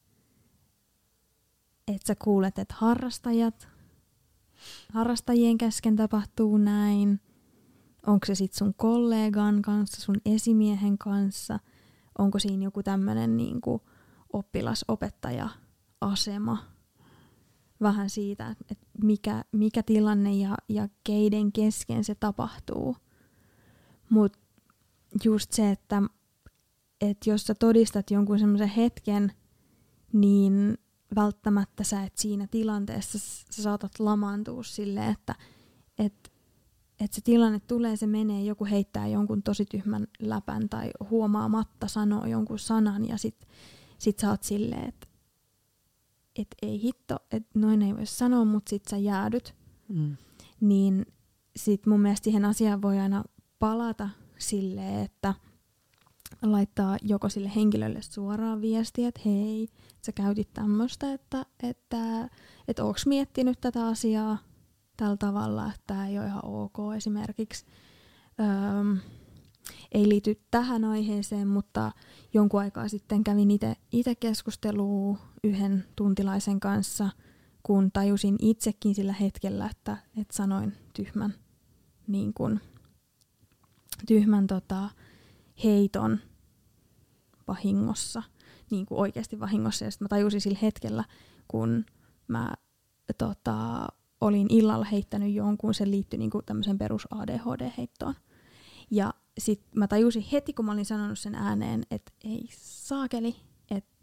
S4: et sä kuulet, että harrastajat, harrastajien kesken tapahtuu näin. Onko se sitten sun kollegan kanssa, sun esimiehen kanssa? Onko siinä joku tämmöinen niinku oppilas-opettaja-asema? Vähän siitä, että mikä, mikä tilanne ja, ja keiden kesken se tapahtuu. Mutta just se, että et jos sä todistat jonkun semmoisen hetken, niin välttämättä sä et siinä tilanteessa, sä saatat lamaantua silleen, että et, et se tilanne tulee, se menee, joku heittää jonkun tosi tyhmän läpän tai huomaamatta sanoo jonkun sanan ja sit, sit sä oot silleen, että et ei hitto, että noin ei voi sanoa, mutta sit sä jäädyt.
S2: Mm.
S4: Niin sit mun mielestä siihen asiaan voi aina palata silleen, että laittaa joko sille henkilölle suoraan viestiä, että hei, sä käytit tämmöistä, että, että, että ootko miettinyt tätä asiaa tällä tavalla, että tämä ei ole ihan ok esimerkiksi. Öm, ei liity tähän aiheeseen, mutta jonkun aikaa sitten kävin itse keskustelua yhden tuntilaisen kanssa, kun tajusin itsekin sillä hetkellä, että, että sanoin tyhmän, niin kuin, tyhmän tota, heiton vahingossa, niin kuin oikeasti vahingossa. Ja sitten mä tajusin sillä hetkellä, kun mä tota, olin illalla heittänyt jonkun, se liittyi niin kuin tämmöisen perus A D H D-heittoon. Ja sitten mä tajusin heti, kun mä olin sanonut sen ääneen, että ei saakeli, että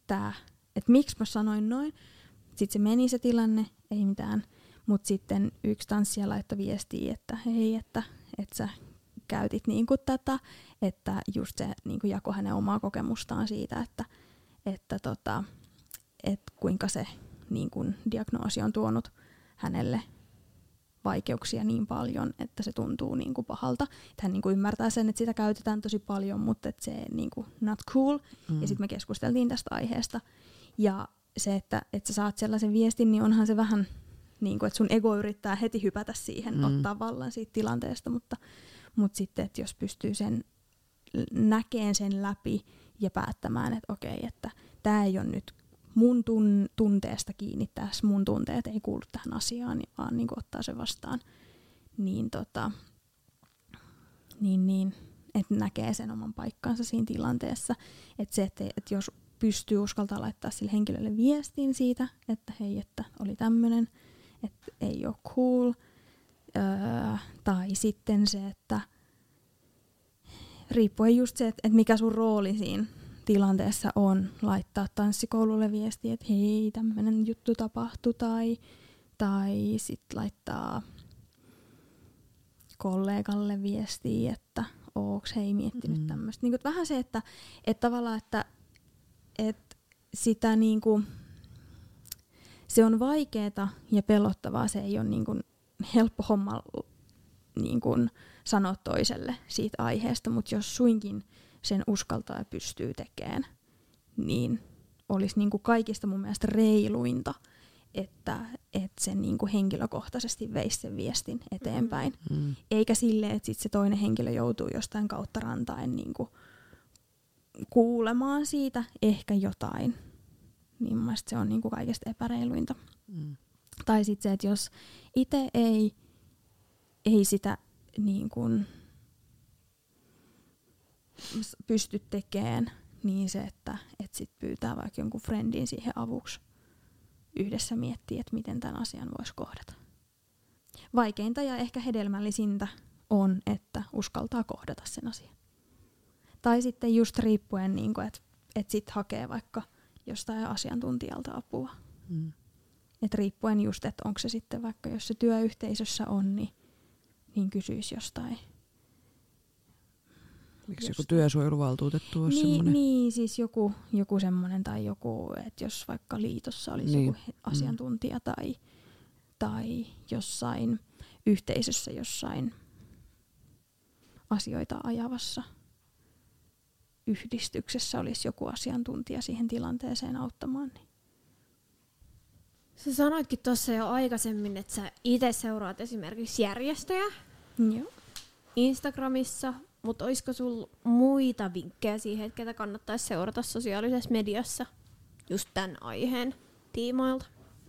S4: että et miksi mä sanoin noin. Sitten se meni se tilanne, ei mitään. Mutta sitten yksi tanssija laittoi viestiä, että hei, että, että sä käytit niinku tätä, että just se niinku jakoi hänen omaa kokemustaan siitä, että, että tota, et kuinka se niinku diagnoosi on tuonut hänelle vaikeuksia niin paljon, että se tuntuu niinku pahalta. Että hän niinku ymmärtää sen, että sitä käytetään tosi paljon, mutta että se niinku not cool. Mm. Ja sitten me keskusteltiin tästä aiheesta. Ja se, että, että sä saat sellaisen viestin, niin onhan se vähän niin kuin, että sun ego yrittää heti hypätä siihen, mm. ottaa vallan siitä tilanteesta, mutta, mutta sitten, että jos pystyy sen näkeen sen läpi ja päättämään, että okei, että tämä ei ole nyt mun tun- tunteesta kiinni, tässä mun tunteet ei kuulu tähän asiaan, vaan niin kuin ottaa se vastaan, niin, tota, niin, niin että näkee sen oman paikkansa siinä tilanteessa, että se, että, että jos pystyy uskaltaa laittaa sille henkilölle viestin siitä, että hei, että oli tämmöinen, että ei ole cool. Öö, tai sitten se, että riippuen just se, että, että mikä sun rooli siinä tilanteessa on, laittaa tanssikoululle viestiä, että hei, tämmöinen juttu tapahtui, tai, tai sitten laittaa kollegalle viestiä, että ooks hei miettinyt mm. tämmöistä. Niin vähän se, että, että tavallaan, että että sitä niinku, se on vaikeeta ja pelottavaa, se ei ole niinku helppo homma niinku sanoa toiselle siitä aiheesta, mutta jos suinkin sen uskaltaa ja pystyy tekemään, niin olisi niinku kaikista mun mielestä reiluinta, että, että se niinku henkilökohtaisesti veisi sen viestin eteenpäin. Mm. Eikä silleen, että sit se toinen henkilö joutuu jostain kautta rantain niinku kuulemaan siitä ehkä jotain, niin mun mielestä se on niinku kaikesta epäreiluinta. Mm. Tai sitten se, että jos itse ei, ei sitä niin kun pysty tekemään, niin se, että et sit pyytää vaikka jonkun friendin siihen avuksi yhdessä miettiä, että miten tämän asian voisi kohdata. Vaikeinta ja ehkä hedelmällisintä on, että uskaltaa kohdata sen asian. Tai sitten just riippuen, niin että et sit hakee vaikka jostain asiantuntijalta apua. Mm. Et riippuen just, että onko se sitten vaikka, jos se työyhteisössä on, niin, niin kysyisi jostain.
S2: Miksi joku työsuojeluvaltuutettu olisi
S4: niin,
S2: semmoinen?
S4: Niin, siis joku, joku semmoinen tai joku, että jos vaikka liitossa olisi niin. joku asiantuntija mm. tai, tai jossain yhteisössä jossain asioita ajavassa yhdistyksessä olisi joku asiantuntija siihen tilanteeseen auttamaan. Niin.
S3: Sä sanoitkin tuossa jo aikaisemmin, että sä itse seuraat esimerkiksi järjestöjä
S4: Joo.
S3: Instagramissa, mutta olisiko sulla muita vinkkejä siihen, että ketä kannattaisi seurata sosiaalisessa mediassa just tämän aiheen tiimoilta?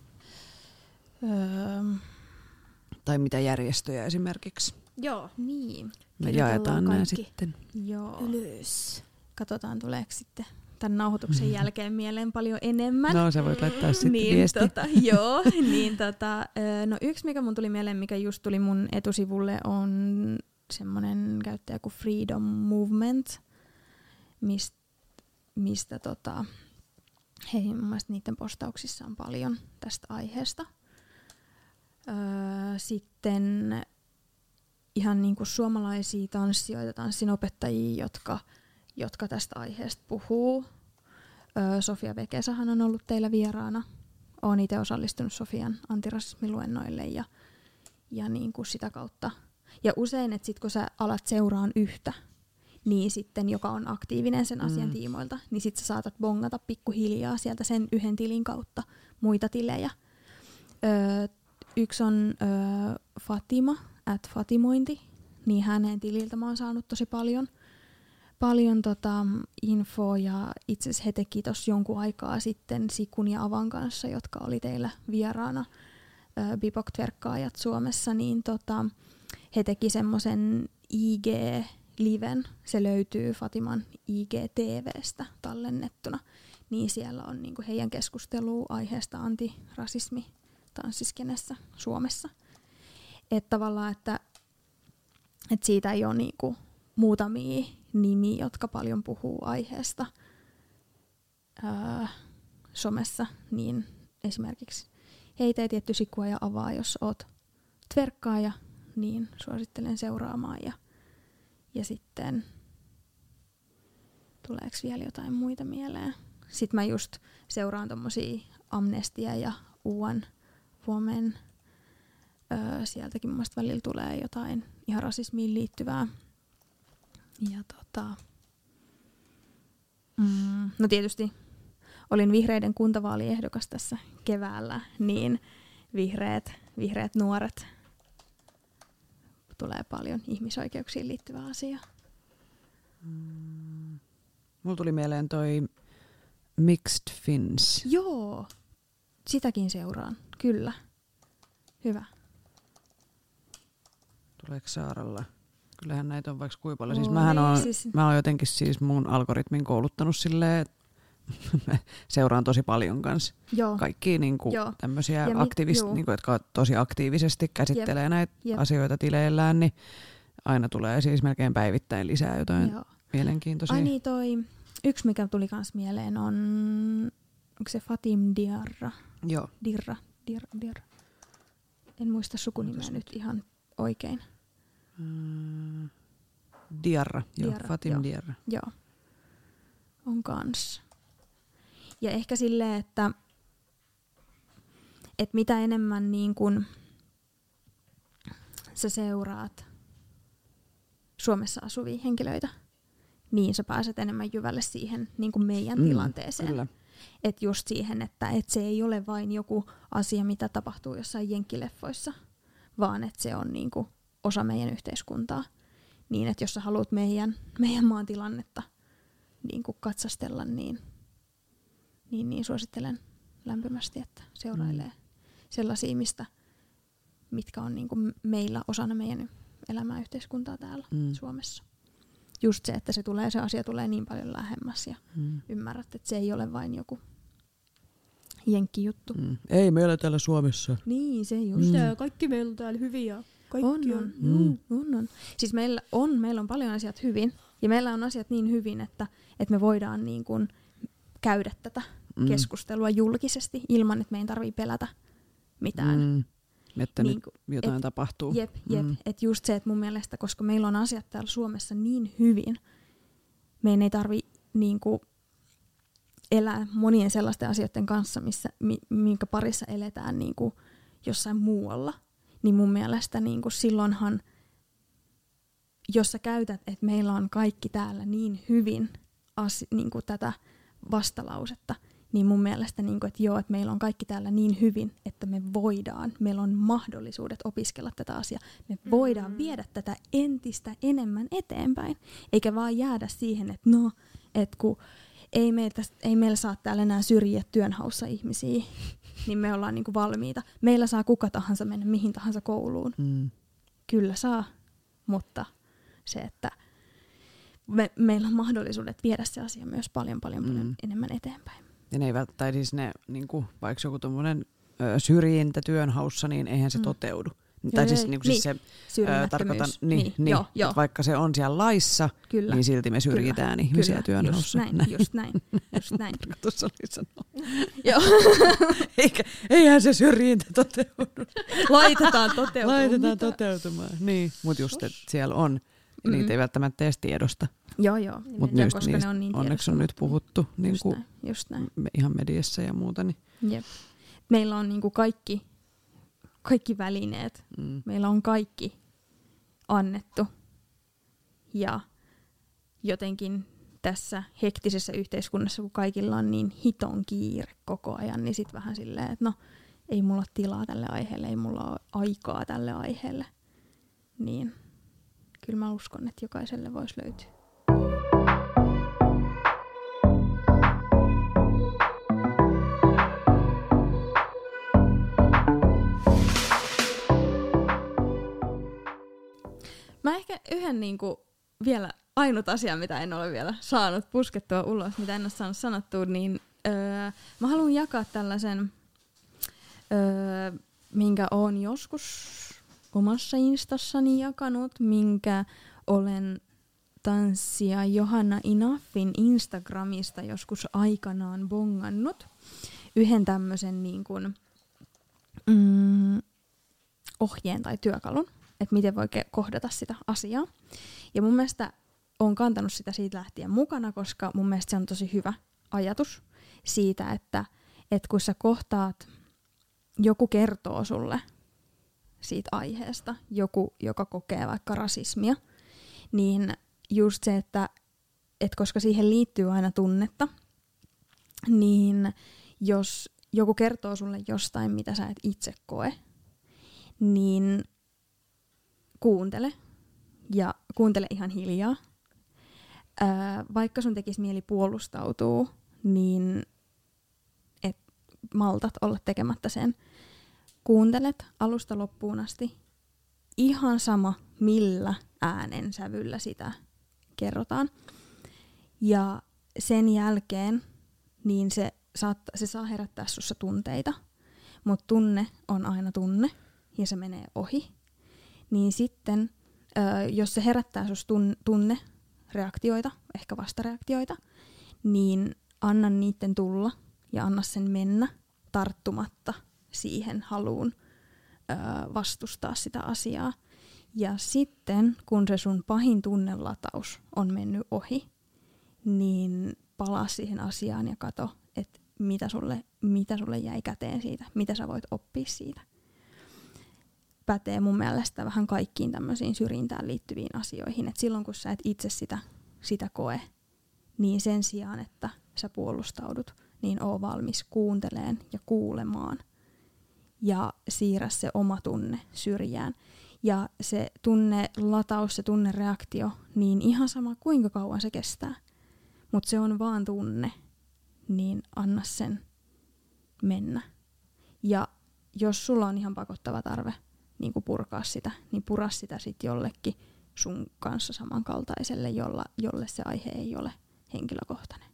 S4: Öö.
S2: Tai mitä järjestöjä esimerkiksi?
S3: Joo.
S4: Niin.
S2: Me jaetaan nämä sitten.
S4: Joo.
S3: Ylös.
S4: Katsotaan tuleeko sitten tämän nauhoituksen jälkeen mieleen paljon enemmän.
S2: No sä voit laittaa sitten
S4: niin,
S2: viesti.
S4: Tota, joo, niin tota, no yksi mikä mun tuli mieleen, mikä just tuli mun etusivulle on semmonen käyttäjä kuin Freedom Movement, mist, mistä tota, hei, mun mielestä niiden postauksissa on paljon tästä aiheesta. Öö, sitten ihan niinku suomalaisia tanssijoita, tanssinopettajia, jotka jotka tästä aiheesta puhuu. Öö, Sofia Vekesahan on ollut teillä vieraana. Olen itse osallistunut Sofian antirasismiluennoille ja, ja niin kuin sitä kautta. Ja usein, että sit kun sä alat seuraan yhtä, niin sitten, joka on aktiivinen sen asian mm. tiimoilta, niin sit sä saatat bongata pikkuhiljaa sieltä sen yhden tilin kautta muita tilejä. Öö, yksi on öö, Fatima, at Fatimointi, niin hänen tililtä mä oon saanut tosi paljon. Paljon tota, infoa ja itse asiassa he teki tuossa jonkun aikaa sitten Sikun ja Avan kanssa, jotka oli teillä vieraana ö, Bebop-tverkkaajat Suomessa, niin tota, he teki semmoisen I G-liven, se löytyy Fatiman I G T V:stä tallennettuna, niin siellä on niinku heidän keskustelua aiheesta antirasismi tanssiskenessä Suomessa. Että tavallaan, että, että siitä ei ole niinku muutamia nimiä, jotka paljon puhuu aiheesta. Öö, somessa, niin esimerkiksi heitä ei tietty sikua ja avaa, jos oot tverkkaaja, niin suosittelen seuraamaan. Ja, ja sitten tuleeko vielä jotain muita mieleen? Sitten mä just seuraan tommosia Amnestia ja U N Women. Öö, sieltäkin mun mielestä välillä tulee jotain ihan rasismiin liittyvää. Ja tota, mm, no tietysti olin vihreiden kuntavaaliehdokas tässä keväällä, niin vihreät, vihreät nuoret tulee paljon ihmisoikeuksiin liittyvää asiaa.
S2: Mm. Mulla tuli mieleen toi Mixed Fins.
S4: Joo, sitäkin seuraan, kyllä. Hyvä.
S2: Tuleeko Saaralla? Kyllähän näitä on vaikka kuinka paljon. Siis mähän on, siis... mä oon jotenkin siis mun algoritmin kouluttanut silleen, että seuraan tosi paljon kanssa.
S4: Joo.
S2: Kaikkia niinku tämmöisiä aktiivist, niinku, jotka tosi aktiivisesti käsittelee Jep. näitä Jep. asioita tileillään, niin aina tulee siis melkein päivittäin lisää jotain Joo. mielenkiintoisia.
S4: Ai niin, toi yksi mikä tuli kans mieleen on, onko se Fatim Diarra?
S2: Joo.
S4: Dirra, Dirra, Dirra. En muista sukunimeä nyt ihan oikein.
S2: Mm, Diarra, joo,
S4: Diarra,
S2: Fatim
S4: joo.
S2: Diarra.
S4: Joo, on kans. Ja ehkä silleen, että, että mitä enemmän niin kun sä seuraat Suomessa asuvia henkilöitä, niin sä pääset enemmän jyvälle siihen niin kuin meidän mm, tilanteeseen. Että just siihen, että et se ei ole vain joku asia, mitä tapahtuu jossain jenkkileffoissa, vaan että se on niin kuin osa meidän yhteiskuntaa. Niin, että jos sä haluat meidän, meidän maan tilannetta niin kuin katsastella, niin, niin, niin suosittelen lämpimästi, että seurailee mm. sellaisia, mistä, mitkä on niin kuin meillä osana meidän elämää yhteiskuntaa täällä mm. Suomessa. Just se, että se, tulee, se asia tulee niin paljon lähemmäs ja mm. ymmärrät, että se ei ole vain joku jenkkijuttu. Mm.
S2: Ei meillä täällä Suomessa.
S4: Niin, se just.
S3: Mm. Kaikki meillä on täällä hyviä. Kaikki
S4: on,
S3: on.
S4: Mm. on, on. Siis meillä on, meillä on paljon asiat hyvin ja meillä on asiat niin hyvin, että, että me voidaan niin kuin käydä tätä mm. keskustelua julkisesti ilman, että meidän tarvitsee pelätä mitään. Mm.
S2: Että
S4: niin,
S2: nyt jotain et, tapahtuu.
S4: Jep, jep. Mm. Että just se, että mun mielestä, koska meillä on asiat täällä Suomessa niin hyvin, meidän ei tarvitse niin kuin elää monien sellaisten asioiden kanssa, missä, minkä parissa eletään niin kuin jossain muualla. Niin mun mielestä niin kuin silloinhan, jos sä käytät, että meillä on kaikki täällä niin hyvin as, niin kuin tätä vastalausetta, niin mun mielestä, niin kuin, että joo, että meillä on kaikki täällä niin hyvin, että me voidaan, meillä on mahdollisuudet opiskella tätä asiaa. Me mm-hmm. voidaan viedä tätä entistä enemmän eteenpäin, eikä vaan jäädä siihen, että no, että kun ei meillä, ei meillä saa täällä enää syrjiä työnhaussa ihmisiä, niin me ollaan niinku valmiita. Meillä saa kuka tahansa mennä mihin tahansa kouluun. Mm. Kyllä saa, mutta se, että me, meillä on mahdollisuudet viedä se asia myös paljon, paljon, paljon mm. enemmän eteenpäin.
S2: Ja ne ei välttämättä, siis ne, niinku, vaikka joku tommonen ö, syrjintä työnhaussa, niin eihän se mm. toteudu. Joo, tai siis, niinku, siis
S4: niin.
S2: se ö, tarkoitan, niin, niin, niin, joo, joo. vaikka se on siellä laissa, Kyllä. niin silti me syrjitään Kyllä. ihmisiä Kyllä. työnhaussa.
S4: Just näin, just näin. Just näin.
S2: Tarkoitus oli sanoa. Joo. Eikä, eihän se syrjintä toteudu.
S4: Laitetaan toteutumaan.
S2: Laitetaan toteutumaan, niin. Mutta just, että siellä on, mm-hmm. niitä ei välttämättä edes tiedosta.
S4: Joo, joo.
S2: Mutta nyt niistä on niin onneksi on nyt puhuttu niin
S4: just
S2: kuin
S4: näin, just näin.
S2: ihan mediassa ja muuta. Niin.
S4: Jep. Meillä on niin kuin kaikki, kaikki välineet. Mm. Meillä on kaikki annettu. Ja jotenkin tässä hektisessä yhteiskunnassa, kun kaikilla on niin hiton kiire koko ajan, niin sitten vähän silleen, että no ei mulla ole tilaa tälle aiheelle, ei mulla ole aikaa tälle aiheelle. Niin kyllä mä uskon, että jokaiselle voisi löytyä. Mä ehkä yhden niinku vielä ainut asia, mitä en ole vielä saanut puskettua ulos, mitä en ole saanut sanottua, niin öö, mä haluan jakaa tällaisen, öö, minkä oon joskus omassa instassani jakanut, minkä olen tanssija Johanna Inaffin Instagramista joskus aikanaan bongannut yhden tämmöisen niin kuin, mm, ohjeen tai työkalun, että miten voi kohdata sitä asiaa. Ja mun mielestä olen kantanut sitä siitä lähtien mukana, koska mun mielestä se on tosi hyvä ajatus siitä, että, että kun sä kohtaat, joku kertoo sulle siitä aiheesta, joku, joka kokee vaikka rasismia, niin just se, että, että koska siihen liittyy aina tunnetta, niin jos joku kertoo sulle jostain, mitä sä et itse koe, niin kuuntele. Ja kuuntele ihan hiljaa. Ää, vaikka sun tekisi mieli puolustautua, niin et maltat olla tekemättä sen. Kuuntelet alusta loppuun asti. Ihan sama, millä äänensävyllä sitä kerrotaan. Ja sen jälkeen niin se, saat, se saa herättää sussa tunteita. Mutta tunne on aina tunne ja se menee ohi. Niin sitten, ö, jos se herättää sus tun, tunnereaktioita, ehkä vastareaktioita, niin anna niiden tulla ja anna sen mennä tarttumatta siihen haluun ö, vastustaa sitä asiaa. Ja sitten, kun se sun pahin tunnelataus on mennyt ohi, niin palaa siihen asiaan ja kato, että mitä sulle, mitä sulle jäi käteen siitä, mitä sä voit oppia siitä. Pätee mun mielestä vähän kaikkiin tämmöisiin syrjintään liittyviin asioihin. Et silloin kun sä et itse sitä, sitä koe, niin sen sijaan, että sä puolustaudut, niin oo valmis kuunteleen ja kuulemaan. Ja siirrä se oma tunne syrjään. Ja se tunnelataus, se tunnereaktio, niin ihan sama kuinka kauan se kestää. Mutta se on vaan tunne, niin anna sen mennä. Ja jos sulla on ihan pakottava tarve niin kuin purkaa sitä, niin pura sitä sitten jollekin sun kanssa samankaltaiselle, jolla, jolle se aihe ei ole henkilökohtainen.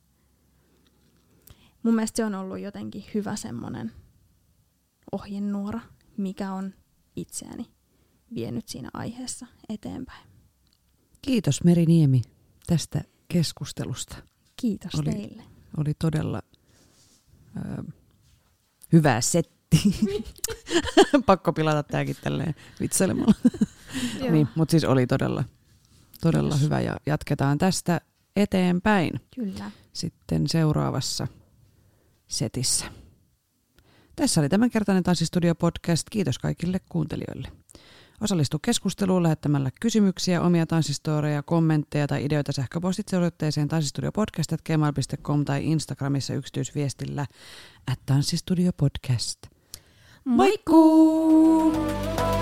S4: Mun mielestä se on ollut jotenkin hyvä semmoinen ohjenuora, mikä on itseäni vienyt siinä aiheessa eteenpäin.
S2: Kiitos Meri Niemi tästä keskustelusta.
S4: Kiitos
S2: oli,
S4: teille.
S2: Oli todella ö, hyvä setti. Pakko pilata tääkin tälleen vitsailemalla. niin, mutta siis oli todella, todella hyvä ja jatketaan tästä eteenpäin.
S4: Kyllä.
S2: Sitten seuraavassa setissä. Tässä oli tämänkertainen Tanssistudio-podcast. Kiitos kaikille kuuntelijoille. Osallistu keskusteluun lähettämällä kysymyksiä, omia tanssistoreja, kommentteja tai ideoita sähköpostitse osoitteeseen tanssistudiopodcast at gmail dot com tai Instagramissa yksityisviestillä at tanssistudiopodcast.
S4: Moikkuu!